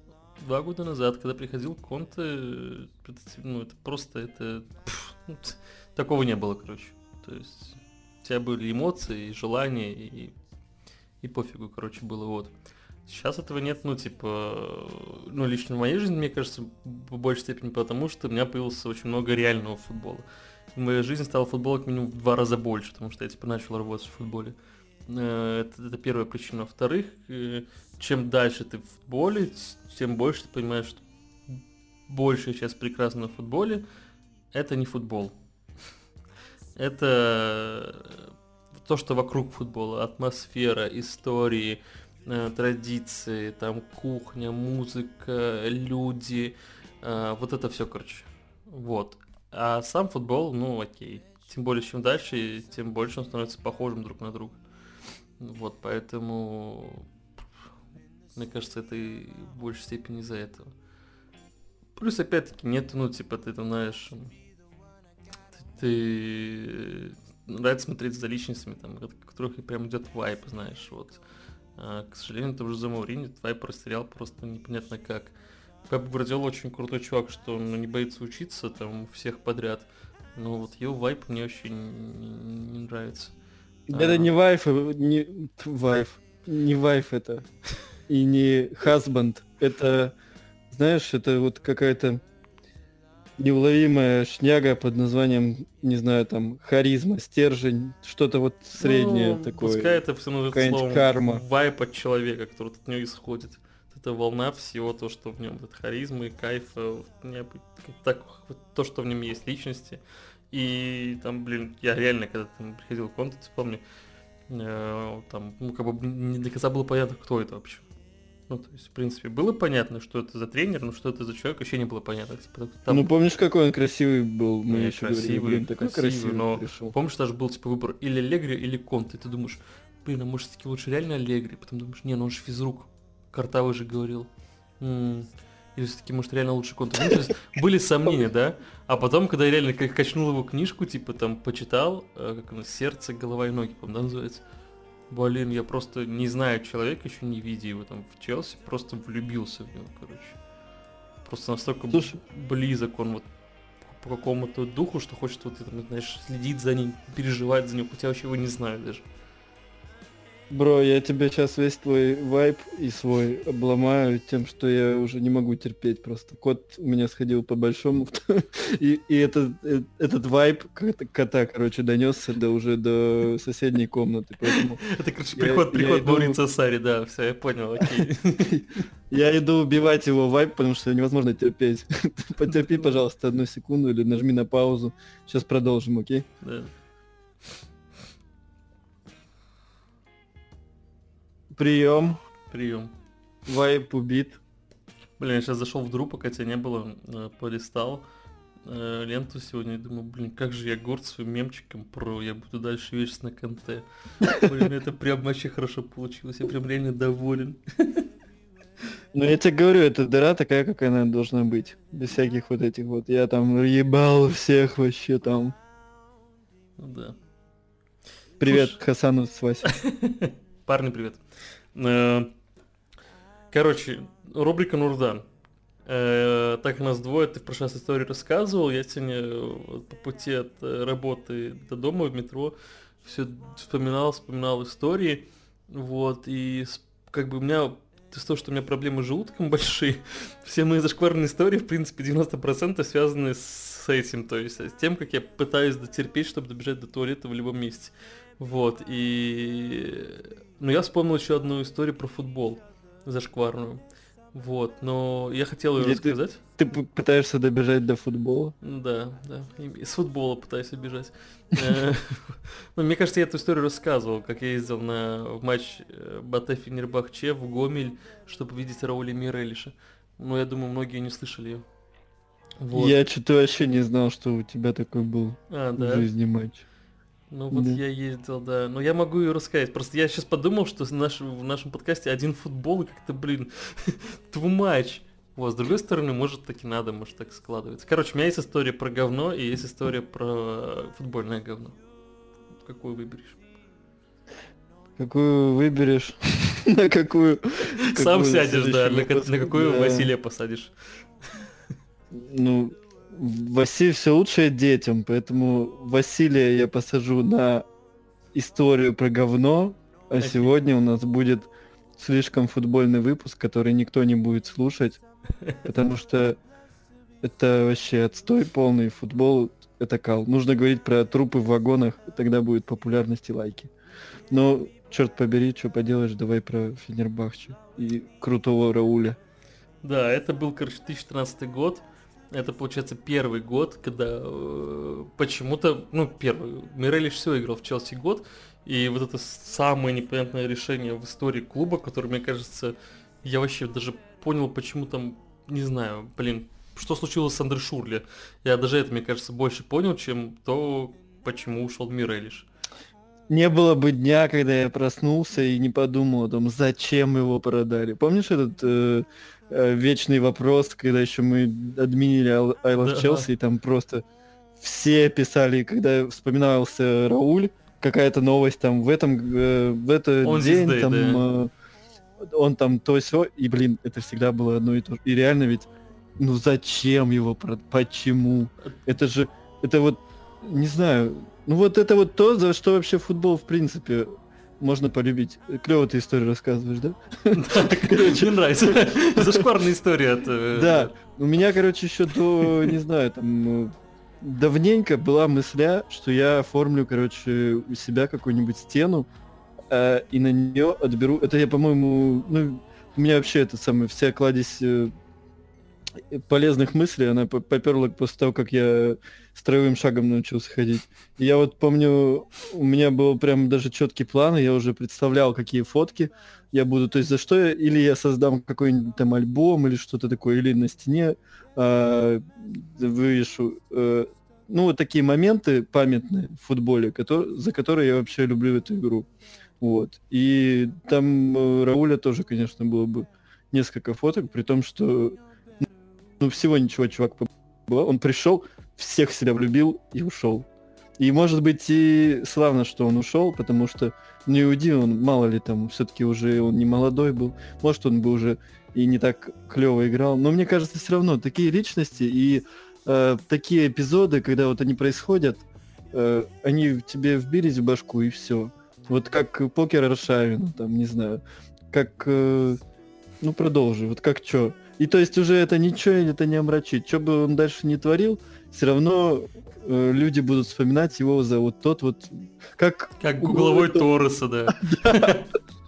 два года назад, когда приходил Конте, ну, это просто, это... Пфф, такого не было, короче. То есть, у тебя были эмоции, и желания, и, и пофигу, короче, было, вот. Сейчас этого нет, ну, типа, ну, лично в моей жизни, мне кажется, в большей степени потому, что у меня появилось очень много реального футбола. И моя жизнь стала футбола как минимум в два раза больше, потому что я, типа, начал работать в футболе. Это, это первая причина. Во-вторых, чем дальше ты в футболе, тем больше ты понимаешь, что большая часть прекрасного в футболе — это не футбол. Это то, что вокруг футбола. Атмосфера, истории, традиции, там кухня, музыка, люди. Вот это все, короче. Вот. А сам футбол, ну окей. Тем более, чем дальше, тем больше он становится похожим друг на друга. Вот, поэтому, мне кажется, это и в большей степени из-за этого. Плюс, опять-таки, нет, ну, типа, ты там, знаешь, ты, ты нравится смотреть за личностями, там, от которых и прям идет вайп, знаешь, вот. А, к сожалению, тоже за Мауриньо вайп растерял просто непонятно как. Пеп Гвардиола очень крутой чувак, что он не боится учиться, там, у всех подряд. Но вот его вайп мне вообще не, не, не нравится. Это а... не вайф, не вайф, не вайф это, и не хасбанд. Это, знаешь, это вот какая-то неуловимая шняга под названием, не знаю, там, харизма, стержень, что-то вот среднее ну, такое. Пускай это все называется словом карма. Вайп от человека, который от него исходит. Это волна всего, то, что в нем, это харизма и кайф, так, то, что в нем есть личности. И там, блин, я реально, когда там приходил в Конте, помню, э, там, ну, как бы не до конца было понятно, кто это вообще. Ну, то есть, в принципе, было понятно, что это за тренер, но что это за человек, вообще не было понятно. Типа, там... Ну, помнишь, какой он красивый был? Мы ну, еще красивый, говорили, блин, такой красивый, красивый но пришел. Помнишь, даже был, типа, выбор или Аллегри, или Конте. Ты думаешь, блин, а может, все-таки лучше реально Аллегри? Потом думаешь, не, ну он же физрук. Картавый же говорил. М-м. Или все-таки, может, реально лучше Конте. Ну, то есть, были сомнения, да? А потом, когда я реально качнул его книжку, типа, там, почитал, как оно, «Сердце, голова и ноги», по-моему, да, называется? Блин, я просто не знаю человека, еще не видя его там в Челси, просто влюбился в него, короче. Просто настолько Слушай, близок он вот по какому-то духу, что хочет вот, там, знаешь, следить за ним, переживать за него, хотя вообще его не знаю даже. Бро, я тебе сейчас весь твой вайб и свой обломаю тем, что я уже не могу терпеть просто. Кот у меня сходил по большому, и, и этот, этот вайб кота, короче, донесся до уже до соседней комнаты, поэтому... Это, короче, приход, приход Мауриньо Сарри, да, все, я понял, окей. Я иду убивать его вайб, потому что невозможно терпеть. Потерпи, пожалуйста, одну секунду или нажми на паузу. Сейчас продолжим, окей? Да. Прием. Прием. Вайп убит. Блин, я сейчас зашел в дру, пока тебя не было, полистал э, ленту сегодня и думаю, блин, как же я горд своим мемчиком про я буду дальше вешать на Конте. Блин, это прям вообще хорошо получилось, я прям реально доволен. Ну я тебе говорю, эта дыра такая, какая она должна быть. Без всяких вот этих вот. Я там ебал всех вообще там. Ну да. Привет, Слушай... Хасану с Васей. Парни, привет. Короче, рубрика Нурдан. Так как нас двое, ты в прошлой раз историю рассказывал, я сегодня по пути от работы до дома в метро все вспоминал, вспоминал истории, вот, и как бы у меня, из того, что у меня проблемы с желудком большие, все мои зашкварные истории, в принципе, девяносто процентов связаны с этим, то есть с тем, как я пытаюсь дотерпеть, чтобы добежать до туалета в любом месте. Вот, и... Ну, я вспомнил еще одну историю про футбол зашкварную. Вот, но я хотел ее Или рассказать. Ты, ты пытаешься добежать до футбола? Да, да, с футбола пытаюсь убежать. Ну, мне кажется, я эту историю рассказывал, как я ездил на матч Батэ Фенербахче в Гомель, чтобы видеть Рауля Мирелиша. Но я думаю, многие не слышали ее. Вот. Я что-то вообще не знал, что у тебя такой был а, в да? жизни матч. Ну вот да. Я ездил, да. Но я могу ее рассказать. Просто я сейчас подумал, что в нашем, в нашем подкасте один футбол и как-то, блин, твой матч. Вот, с другой стороны, может так и надо, может так складывается. Короче, у меня есть история про говно и есть история про футбольное говно. Какую выберешь? Какую выберешь? на какую... Сам какую сядешь, да, на, следующий ка- выпуск, на какую да. Василия посадишь. Ну, Василий все лучшее детям, поэтому Василия я посажу на историю про говно, а Окей. сегодня у нас будет слишком футбольный выпуск, который никто не будет слушать, потому что это вообще отстой полный. Футбол — это кал. Нужно говорить про трупы в вагонах, тогда будет популярность и лайки. Но, черт побери, что поделаешь, давай про Фенербахче и крутого Рауля. Да, это был, короче, две тысячи тринадцатый год. Это, получается, первый год, когда э, почему-то, ну, первый, Мирелиш все играл в Челси год, и вот это самое непонятное решение в истории клуба, которое, мне кажется, я вообще даже понял, почему там, не знаю, блин, что случилось с Андре Шурли. Я даже это, мне кажется, больше понял, чем то, почему ушел Мирелиш. Не было бы дня, когда я проснулся и не подумал о том, зачем его продали. Помнишь этот э, э, вечный вопрос, когда еще мы админили I Love Да. Chelsea, и там просто все писали, когда вспоминался Рауль, какая-то новость там в этом э, в этот Он день, звезды, там да. э, он там то сё, и блин, это всегда было одно и то же. И реально ведь, ну зачем его продать? Почему? Это же, это вот, не знаю. Ну вот это вот то, за что вообще футбол в принципе можно полюбить. Клево ты историю рассказываешь, да? Да, короче, мне нравится. Зашкварная история от... э, Да, у меня, короче, еще до, не знаю, там, э, давненько была мысля, что я оформлю, короче, у себя какую-нибудь стену, э, и на нее отберу... Это я, по-моему, ну, у меня вообще это самое, вся кладезь э, полезных мыслей, она по- поперла после того, как я строевым шагом научился ходить. И я вот помню, у меня был прям даже четкий план, и я уже представлял, какие фотки я буду, то есть за что я, или я создам какой-нибудь там альбом, или что-то такое, или на стене э, вывешу. Э, ну, вот такие моменты памятные в футболе, который, за которые я вообще люблю эту игру. Вот. И там э, Рауля тоже, конечно, было бы несколько фоток, при том, что ну, всего ничего, чувак, побыл. Он пришел, всех в себя влюбил и ушел. И, может быть, и славно, что он ушел, потому что, ну, Иуди, он, мало ли, там, все-таки уже он не молодой был, может, он бы уже и не так клево играл, но мне кажется, все равно, такие личности и э, такие эпизоды, когда вот они происходят, э, они тебе вбились в башку, и все. Вот как покер Аршавина, там, не знаю, как, э, ну, продолжи, вот как чё. И то есть уже это ничего, это не омрачит. Что бы он дальше не творил, все равно э, люди будут вспоминать его за вот тот вот... Как, Как угловой Торреса, да.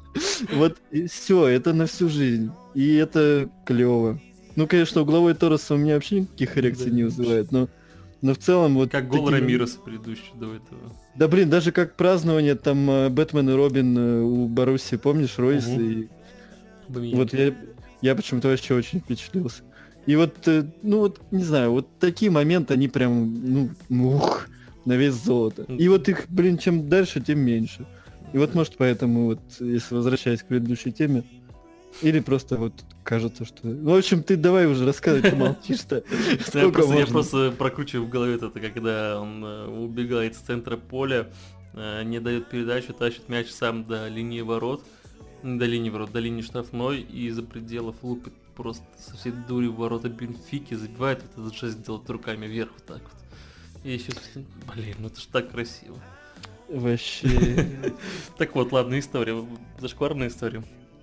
Вот и все, это на всю жизнь. И это клево. Ну, конечно, угловой Торрес у меня вообще никаких эрекций не вызывает, но, но в целом вот... Как гол такие- Рамиреса предыдущий до этого. Да блин, даже как празднование там э, Бэтмен и Робин э, у Боруссии, помнишь, Ройс? Мгм. И Боминь. вот я, я почему-то вообще очень впечатлился. И вот, э, ну вот, не знаю, вот такие моменты, они прям, ну, ух, на вес золота. И вот их, блин, чем дальше, тем меньше. И вот, может, поэтому вот, если возвращаясь к предыдущей теме, или просто вот кажется, что... Ну, в общем, ты давай уже рассказывай, ты молчишь-то. Я Сколько просто, я можно? просто прокручиваю в голове это, когда он э, убегает с центра поля, э, не дает передачу, тащит мяч сам до линии ворот, не до линии ворот, до линии штрафной, и за пределов лупит просто со всей дури в ворота Бенфики, забивает вот этот жест, делает руками вверх вот так вот. И еще, блин, ну это ж так красиво. Вообще... Так вот, ладно, история, зашкварная история.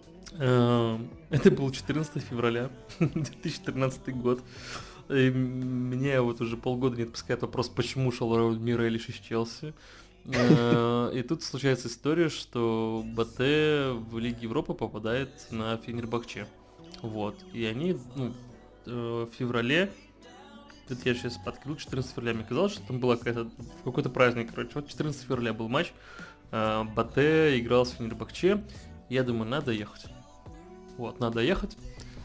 Э, Это был четырнадцатого февраля две тысячи тринадцатый год. И меня вот уже полгода не отпускает вопрос, почему ушел Рауль Мирелиш из Челси. Э, И тут случается история, что Батэ в Лиге Европы попадает на Фенербахче. Вот. И они, ну, э, в феврале, тут я сейчас подкрыл, четырнадцатого февраля, мне казалось, что там была какая-то, какой-то праздник, короче. Вот четырнадцатого февраля был матч, э, Батэ играл с Фенербахче. Я думаю, надо ехать. Вот, надо ехать.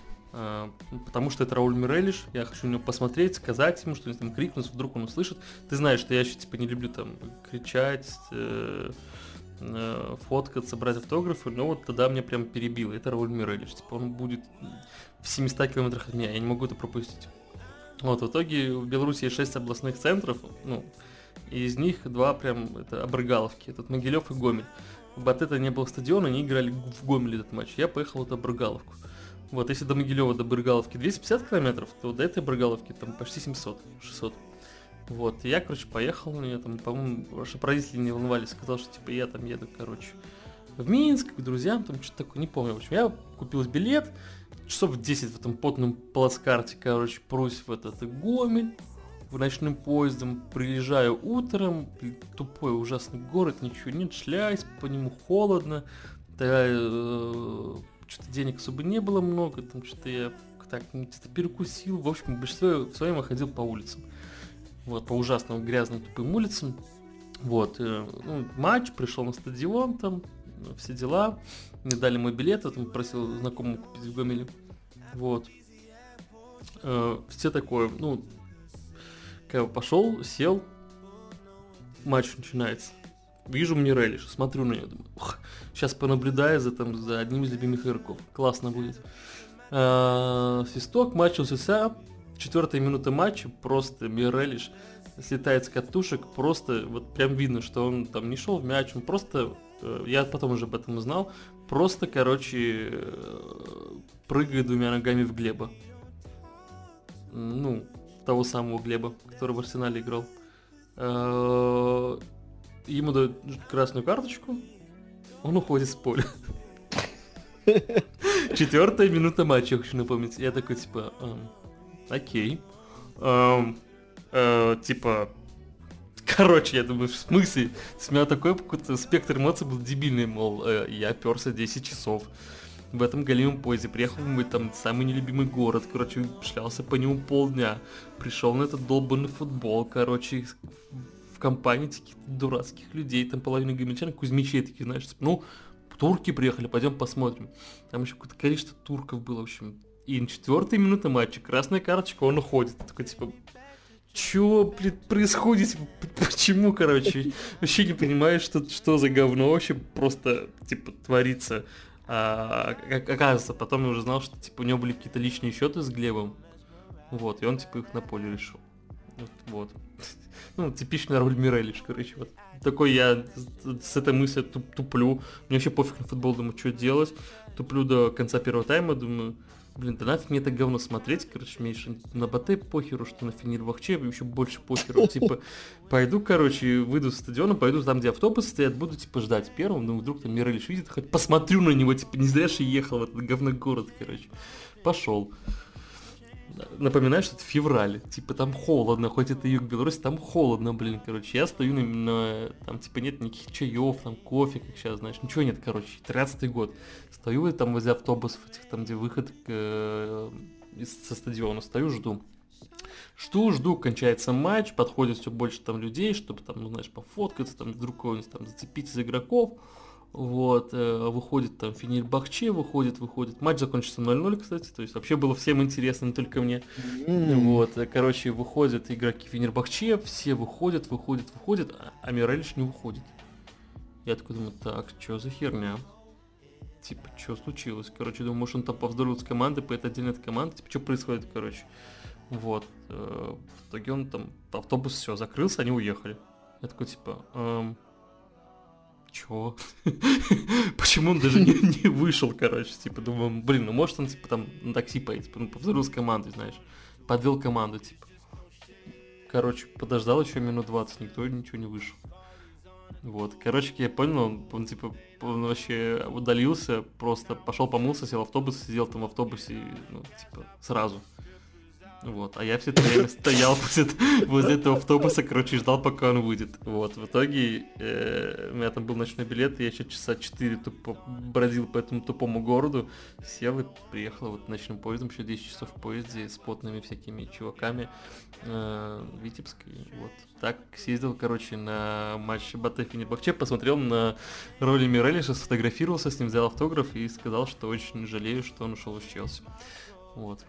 э, Потому что это Рауль Мирелиш. Я хочу на него посмотреть, сказать ему, что-нибудь там крикнуть, вдруг он услышит. Ты знаешь, что я еще типа не люблю там кричать, э, э, фоткаться, брать автографы, но вот тогда меня прям перебило. Это Рауль Мирелиш. Типа он будет в семистах километрах от меня, я не могу это пропустить. Вот, в итоге в Беларуси есть шесть областных центров, ну, и из них два прям это обрыгаловки, этот Могилев и Гомель. в Батэ не было стадиона, они играли в Гомеле этот матч. Я поехал в Добрыгаловку. Вот, если до Могилева до Брыгаловки двести пятьдесят километров, то до этой Брыгаловки там почти семьсот шестьсот. Вот, и я, короче, поехал, мне там, по-моему, ваши родители не волновались, сказал, что, типа, я там еду, короче, в Минск, к друзьям, там, что-то такое, не помню, в общем, я купил билет, часов в десять в этом потном плацкарте, короче, прусь в этот Гомель, в ночным поездом, приезжаю утром, тупой ужасный город, ничего нет, шляюсь, по нему холодно, тогда, э, что-то денег особо не было много, там, что-то я так, где-то перекусил, в общем, в большинстве своем я ходил по улицам. Вот, по ужасным грязным тупым улицам. Вот, э, ну, матч, пришел на стадион, там, все дела. Мне дали мой билет, я там просил знакомому купить в Гомеле. Вот. Э, все такое, ну, как бы пошел, сел, матч начинается. Вижу Мирелиш, смотрю на нее, думаю, ух, сейчас понаблюдаю за, там, за одним из любимых игроков. Классно будет. Э, свисток, матч начался. Четвертая минута матча, просто Мирелиш слетает с катушек, просто вот прям видно, что он там не шел в мяч, он просто, э, я потом уже об этом узнал, просто, короче, э, прыгает двумя ногами в Глеба. Ну, того самого Глеба, который в Арсенале играл. Э, ему дают красную карточку, он уходит с поля. Четвертая минута матча, я хочу напомнить. Я такой, типа... Окей. Эм, э, типа, короче, я думаю, в смысле? У меня такой какой-то спектр эмоций был дебильный, мол, э, я перся десять часов в этом голимом поезде, приехал в мой там самый нелюбимый город, короче, шлялся по нему полдня, пришел на этот долбанный футбол, короче, в компании таких дурацких людей, там половина гомельчан, кузьмичей таких, знаешь, типа, ну, турки приехали, пойдем посмотрим. Там еще какое-то количество турков было, в общем. И на четвертой минуте матча красная карточка, он уходит. Такой, типа, чё, блин, происходит? Почему, короче? Вообще не понимаю, что, что за говно вообще просто, типа, творится. А, оказывается, потом я уже знал, что, типа, у него были какие-то личные счеты с Глебом. Вот, и он, типа, их на поле решил. Вот. вот. Ну, типичный Рауль Мирелиш, короче, вот. Такой я с этой мыслью туп- туплю. Мне вообще пофиг на футбол, думаю, что делать. Туплю до конца первого тайма, думаю... Блин, да нафиг мне это говно смотреть, короче, мне еще на Батэ похеру, что на Фенербахче, еще больше похеру, типа, пойду, короче, выйду с стадиона, пойду там, где автобусы стоят, буду, типа, ждать первым, ну, вдруг там Мирелиш видит, хоть посмотрю на него, типа, не зря же я ехал в этот говно город, короче, пошел. Напоминаю, что это февраль, типа, там холодно, хоть это юг Беларуси, там холодно, блин, короче, я стою на, на там, типа, нет никаких чаев, там, кофе, как сейчас, знаешь, ничего нет, короче, тринадцатый год, стою там возле автобусов этих, там, где выход к, э, со стадиона, стою, жду, жду, жду, кончается матч, подходит все больше там людей, чтобы там, ну, знаешь, пофоткаться, там, вдруг кого-нибудь там зацепить из игроков. Вот, э, выходит там Фенербахче, выходит, выходит. Матч закончится ноль ноль, кстати, то есть вообще было всем интересно, не только мне. Mm. Вот, короче, выходят игроки Фенербахче, все выходят, выходят, выходят, а, а Мирелиш не выходит. Я такой думаю, так, что за херня? Типа, что случилось? Короче, думаю, может он там повздорил с командой, по этой отдельной команде, типа, что происходит, короче. Вот, э, в итоге он там, автобус все, закрылся, они уехали. Я такой, типа, эм, чё? Почему он даже не, не вышел, короче, типа, думаю, блин, ну может он, типа, там на такси поедет, типа, ну, повзорил с командой, знаешь, подвел команду, типа. Короче, подождал еще минут двадцать, никто ничего не вышел. Вот, короче, я понял, он, он типа, он вообще удалился, просто пошел помылся, сел в автобус, сидел там в автобусе, ну, типа, сразу. Вот, а я все это время стоял возле, возле этого автобуса, короче, ждал, пока он выйдет. Вот, в итоге э, у меня там был ночной билет, и я еще часа четыре тупо бродил по этому тупому городу, сел и приехал вот ночным поездом, еще десять часов в поезде с потными всякими чуваками э, в Витебске. Вот, так съездил, короче, на матч Батэ Фенербахче, посмотрел на Роли Мирелиша, сфотографировался с ним, взял автограф и сказал, что очень жалею, что он ушел из Челси. Вот.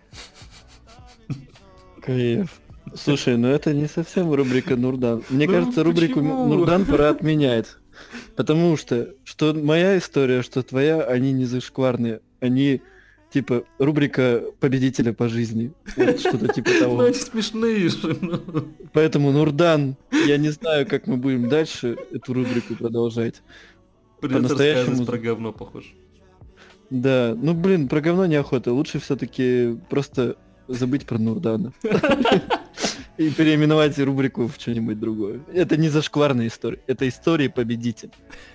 Кайф. Слушай, ну это не совсем рубрика Нурдан. Мне ну, кажется, рубрику почему? Нурдан пора отменять. Потому что, что моя история, что твоя, они не зашкварные. Они, типа, рубрика победителя по жизни. Вот что-то типа того. Ну, они смешные же. Поэтому, Нурдан, я не знаю, как мы будем дальше эту рубрику продолжать. Придется по-настоящему... рассказывать про говно, похоже. Да, ну блин, про говно неохота. Лучше все-таки просто забыть про Нурдана. И переименовать рубрику в что-нибудь другое. Это не зашкварная история, это истории победителей.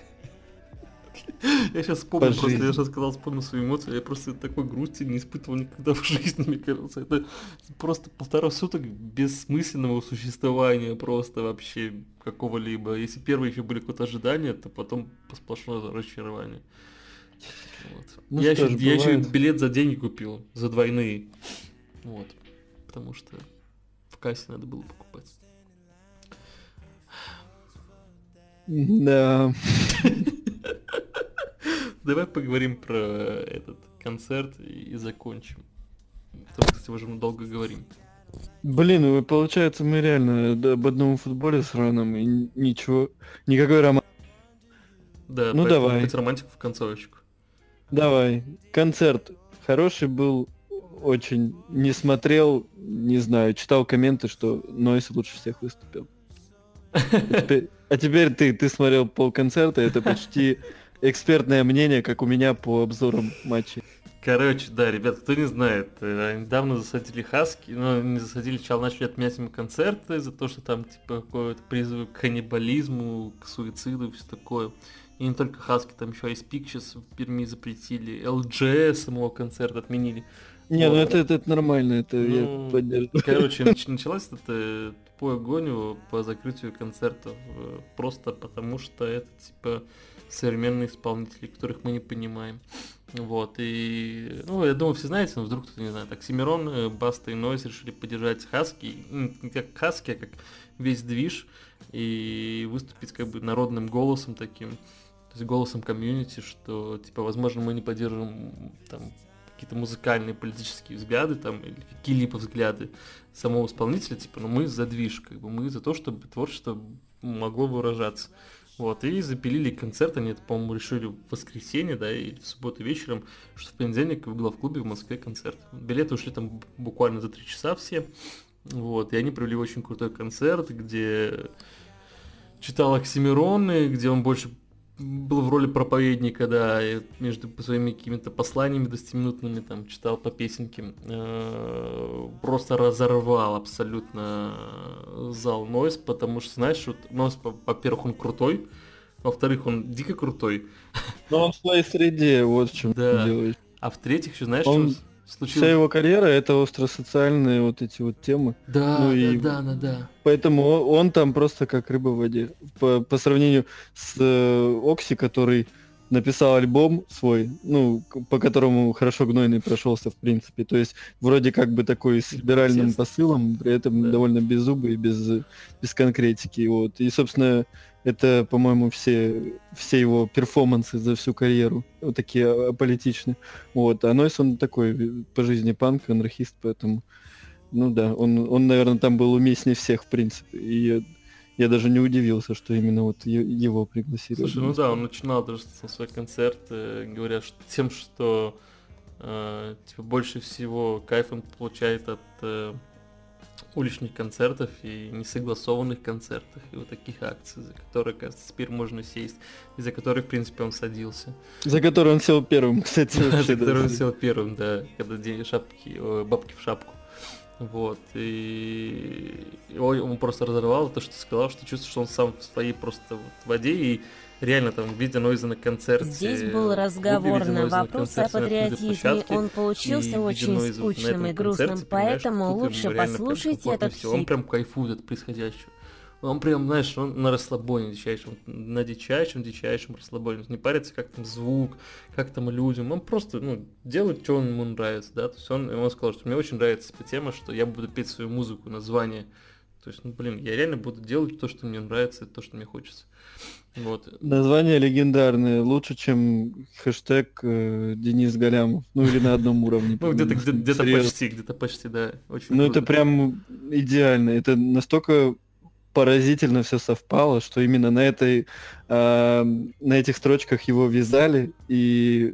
Я сейчас вспомнил, По просто жизни. я сейчас сказал, вспомнил свои эмоции, я просто такой грусти не испытывал никогда в жизни, мне кажется. Это просто полтора суток бессмысленного существования просто вообще какого-либо. Если первые еще были какое-то ожидание, то потом сплошное разочарование. Вот. Ну я, что еще, ж, я еще бывает. билет за деньги купил, за двойные. Вот. Потому что в кассе надо было покупать. Да. Давай поговорим про этот концерт и, и закончим. Потому что, кстати, уже мы долго говорим. Блин, ну, получается, мы реально да, об одном футболе с Раном и н- ничего, никакой роман. Да, Ну, поэтому давай. хоть романтику в концовочку. Давай. Концерт хороший был, очень. Не смотрел, не знаю, читал комменты, что Нойс лучше всех выступил. А теперь, а теперь ты, ты смотрел полконцерта, это почти экспертное мнение, как у меня по обзорам матчей. Короче, да, ребят, кто не знает, э, недавно засадили Хаски, но не засадили, сначала начали отменять ему концерты за то, что там типа какой-то призыв к каннибализму, к суициду и все такое. И не только Хаски, там еще Ice Pictures в Перми запретили, эл джи самого концерта отменили. Не, Вот. ну это, это, это нормально, это Ну, я поддерживаю. Короче, нач- началась эта тупое гоню по закрытию концертов э, просто потому, что это типа современные исполнители, которых мы не понимаем. Вот, и, ну, я думаю, все знаете, но вдруг кто-то не знает. Оксимирон, э, Баста и Нойз решили поддержать Хаски, ну, не как Хаски, а как весь движ, и выступить как бы народным голосом таким, то есть голосом комьюнити, что, типа, возможно, мы не поддерживаем там какие-то музыкальные политические взгляды там или какие-либо взгляды самого исполнителя, типа, но мы за движ, как бы мы за то, чтобы творчество могло выражаться. Вот, и запилили концерт, они это, по-моему, решили в воскресенье, да, или в субботу вечером, что в понедельник в главклубе в Москве концерт. Билеты ушли там буквально за три часа все, вот, и они провели очень крутой концерт, где читал Оксимирон, и где он больше был в роли проповедника, да, и между своими какими-то посланиями двадцатиминутными там читал по песенке, э, просто разорвал абсолютно зал Нойз, потому что, знаешь, вот Нойз, во-первых, он крутой, во-вторых, он дико крутой, Но он в своей среде, вот в чем Да. дело. а в-третьих, еще знаешь, Он- что Вся случилось? его карьера это остросоциальные вот эти вот темы. Да, ну да, и- да, да, да. Поэтому о- он там просто как рыба в воде. По, по сравнению с э, Окси, который написал альбом свой, ну, к- по которому хорошо Гнойный прошелся, в принципе. То есть вроде как бы такой с либеральным Естественно. посылом, при этом Да. довольно беззубый и без, без конкретики. Вот. И, собственно, это, по-моему, все, все его перформансы за всю карьеру. Вот такие а- аполитичные. Вот. А Нойс, он такой э, по жизни панк, анархист, поэтому... Ну да, он, он, наверное, там был уместнее всех, в принципе. И я, я даже не удивился, что именно вот е- его пригласили. Слушай, ну да, он начинал даже с- свой концерт, э, говоря что, тем, что э, типа больше всего кайф он получает от э, уличных концертов и несогласованных концертов, и вот таких акций, за которые, кажется, теперь можно сесть, и за которые, в принципе, он садился. За который он сел первым, кстати. За вообще, да. который он сел первым, да, когда день шапки, ой, бабки в шапку. Вот, и его он просто разорвал то, что ты сказал, что чувствуешь, что он сам в своей просто вот воде, и реально там, видя Нойза на концерте... Здесь в был клубе, разговор видя на Нойза вопрос о концерте на открытой патриотизме. площадке, Он и получился видя очень Нойза вот на скучным этом и грустным, концерте, понимаешь, что поэтому тут лучше ему реально прям послушайте комфортно этот всё. Он хит. прям кайфует от происходящего. Он прям, знаешь, он на расслабоне дичайшем, на дичайшем, дичайшем расслабоне. Он не парится, как там звук, как там людям. Он просто, ну, делает, что ему нравится, да. То есть он, он сказал, что мне очень нравится эта тема, что я буду петь свою музыку, название. То есть, ну, блин, я реально буду делать то, что мне нравится, то, что мне хочется. Вот. Название легендарное. Лучше, чем хэштег э, Денис Галямов. Ну или на одном уровне. Ну, где-то, где- где-то Серьезно. почти, где-то почти, да. Очень Ну круто. это прям идеально. Это настолько поразительно все совпало, что именно на этой, э, на этих строчках его вязали, и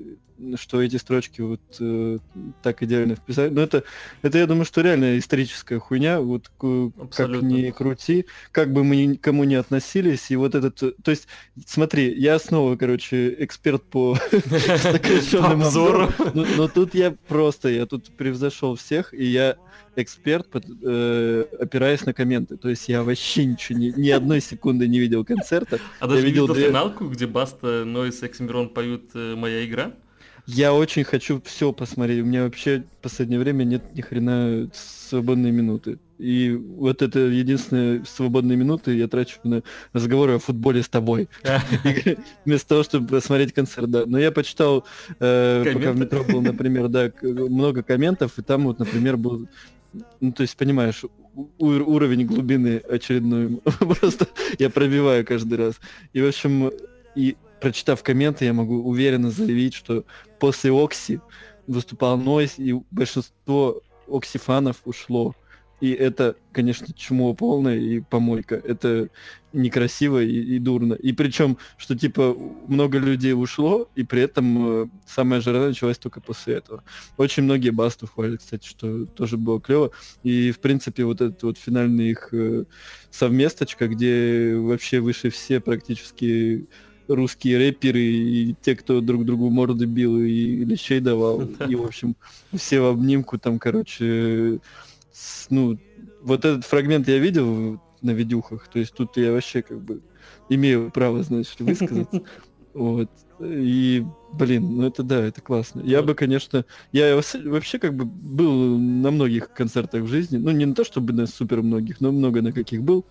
что эти строчки вот э, так идеально вписать. Но это, это, я думаю, что реально историческая хуйня, вот к- как ни крути, как бы мы ни- к кому ни относились, и вот этот... э, То есть, смотри, я снова, короче, эксперт по сокращенным Обзору. обзорам, но, но тут я просто, я тут превзошел всех, и я эксперт, под- э, опираясь на комменты. То есть я вообще ничего, ни, ни одной секунды не видел концерта. А Я даже видел видел две- финалку, где Баста, Нойз и Оксимирон поют э, «Моя игра»? Я очень хочу все посмотреть. У меня вообще в последнее время нет ни хрена свободной минуты. И вот это единственные свободные минуты я трачу на разговоры о футболе с тобой. И вместо того, чтобы посмотреть концерт, да. Но я почитал, э, пока в Комменты? метро был, например, да, к- много комментов, и там вот, например, был... Ну, то есть, понимаешь, у- уровень глубины очередной. Просто я пробиваю каждый раз. И, в общем, и прочитав комменты, я могу уверенно заявить, что после Окси выступал Нойз, и большинство Окси-фанов ушло. И это, конечно, чмо полное и помойка. Это некрасиво и, и дурно. И причем, что типа много людей ушло, и при этом э, самая жара началась только после этого. Очень многие Басту хвалят, кстати, что тоже было клево. И, в принципе, вот этот вот финальный их э, совместочка, где вообще выше все практически русские рэперы и те, кто друг другу морды бил и лещей давал. И, в общем, все в обнимку там, короче... с- ну, вот этот фрагмент я видел на видюхах, то есть тут я вообще как бы имею право, значит, высказаться. Вот. И, блин, ну это да, это классно. Я бы, конечно, я вос- вообще как бы был на многих концертах в жизни, ну не на то, чтобы на супер многих, но много на каких был.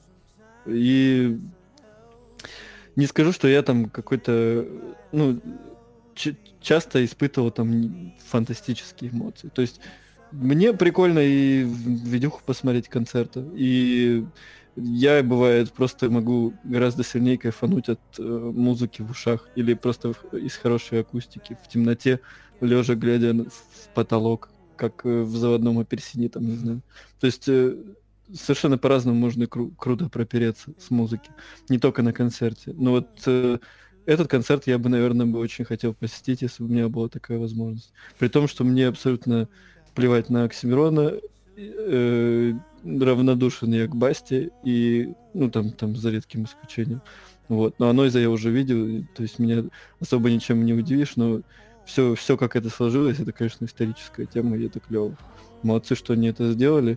И не скажу, что я там какой-то, ну, ч- часто испытывал там н- фантастические эмоции. То есть мне прикольно и в- видюху посмотреть концерты. И я, бывает, просто могу гораздо сильнее кайфануть от э, музыки в ушах или просто в- из хорошей акустики в темноте, лежа глядя на- в потолок, как э, в заводном апельсине, там, не знаю. То есть э, совершенно по-разному можно кру- круто пропереться с музыки, не только на концерте. Но вот э, этот концерт я бы, наверное, бы очень хотел посетить, если бы у меня была такая возможность. При том, что мне абсолютно плевать на Оксимирона, э, равнодушен я к Басте, и, ну, там, там за редким исключением. Вот. Но Нойза я уже видел, и, то есть меня особо ничем не удивишь, но все, все как это сложилось, это, конечно, историческая тема, и это клево. Молодцы, что они это сделали.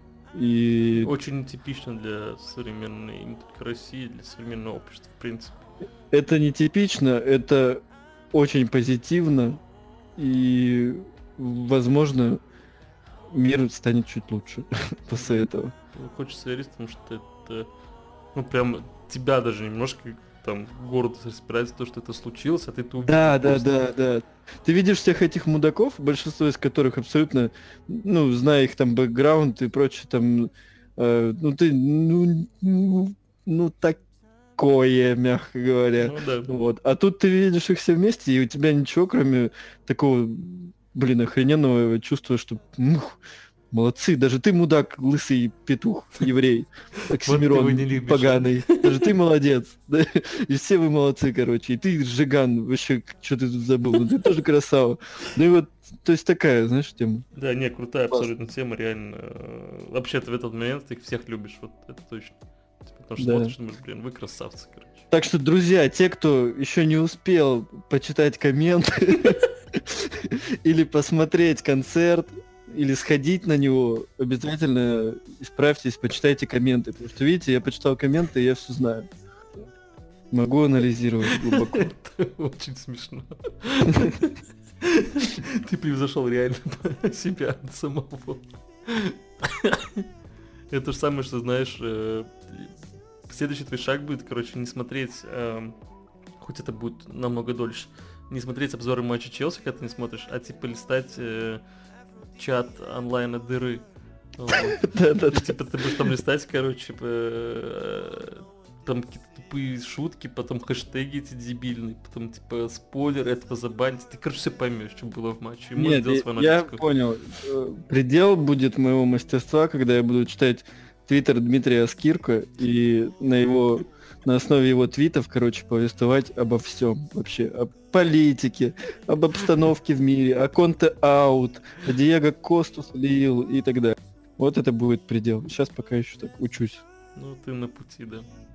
И Очень типично для современной, не только России, для современного общества, в принципе. это нетипично, это очень позитивно, и, возможно, мир станет чуть лучше после этого. Ну, хочется верить, потому что это, ну, прям тебя даже немножко там гордо распирает за то, что это случилось, а ты это увидел. Да, да, просто. да, да. Ты видишь всех этих мудаков, большинство из которых абсолютно, ну, зная их там бэкграунд и прочее, там, э, ну, ты, ну, ну, ну, такое, мягко говоря. Ну да. Вот. А тут ты видишь их все вместе, и у тебя ничего, кроме такого, блин, охрененного чувства, что ну, молодцы, даже ты мудак, лысый петух, еврей, Оксимирон, его не любишь. поганый, даже ты молодец, да? И все вы молодцы, короче, и ты, Жиган, вообще, что ты тут забыл, ну ты тоже красава. Ну и вот, то есть такая, знаешь, тема. Да, не, крутая Класс. абсолютно тема, реально. Э, Вообще-то в этот момент ты их всех любишь, вот это точно. Типа, потому что Да. смотришь, думаешь, блин, вы красавцы, короче. Так что, друзья, те, кто еще не успел почитать комменты или посмотреть концерт, или сходить на него, обязательно исправьтесь, почитайте комменты. Потому что, видите, я почитал комменты, и я все знаю. Могу анализировать глубоко. Это очень смешно. Ты превзошел реально себя самого. Это же самое, что, знаешь, э, следующий твой шаг будет, короче, не смотреть, э, хоть это будет намного дольше, не смотреть обзоры матча Челси, когда ты не смотришь, а типа листать э, чат онлайна дыры. Вот. Да-да-да. И, типа ты будешь там листать, короче, э, там какие-то тупые шутки, потом хэштеги эти дебильные, потом типа спойлер, этого забанить. Ты, короче, все поймешь, что было в матче. И можешь Нет, делать свою я аналитику. понял. Э, Предел будет моего мастерства, когда я буду читать твиттер Дмитрия Скирко и на его на основе его твитов, короче, повествовать обо всем вообще, о политике, об обстановке в мире, о Конте аут, о Диего Косту слил и так далее. Вот это будет предел. Сейчас пока еще так учусь. Ну, ты на пути, да.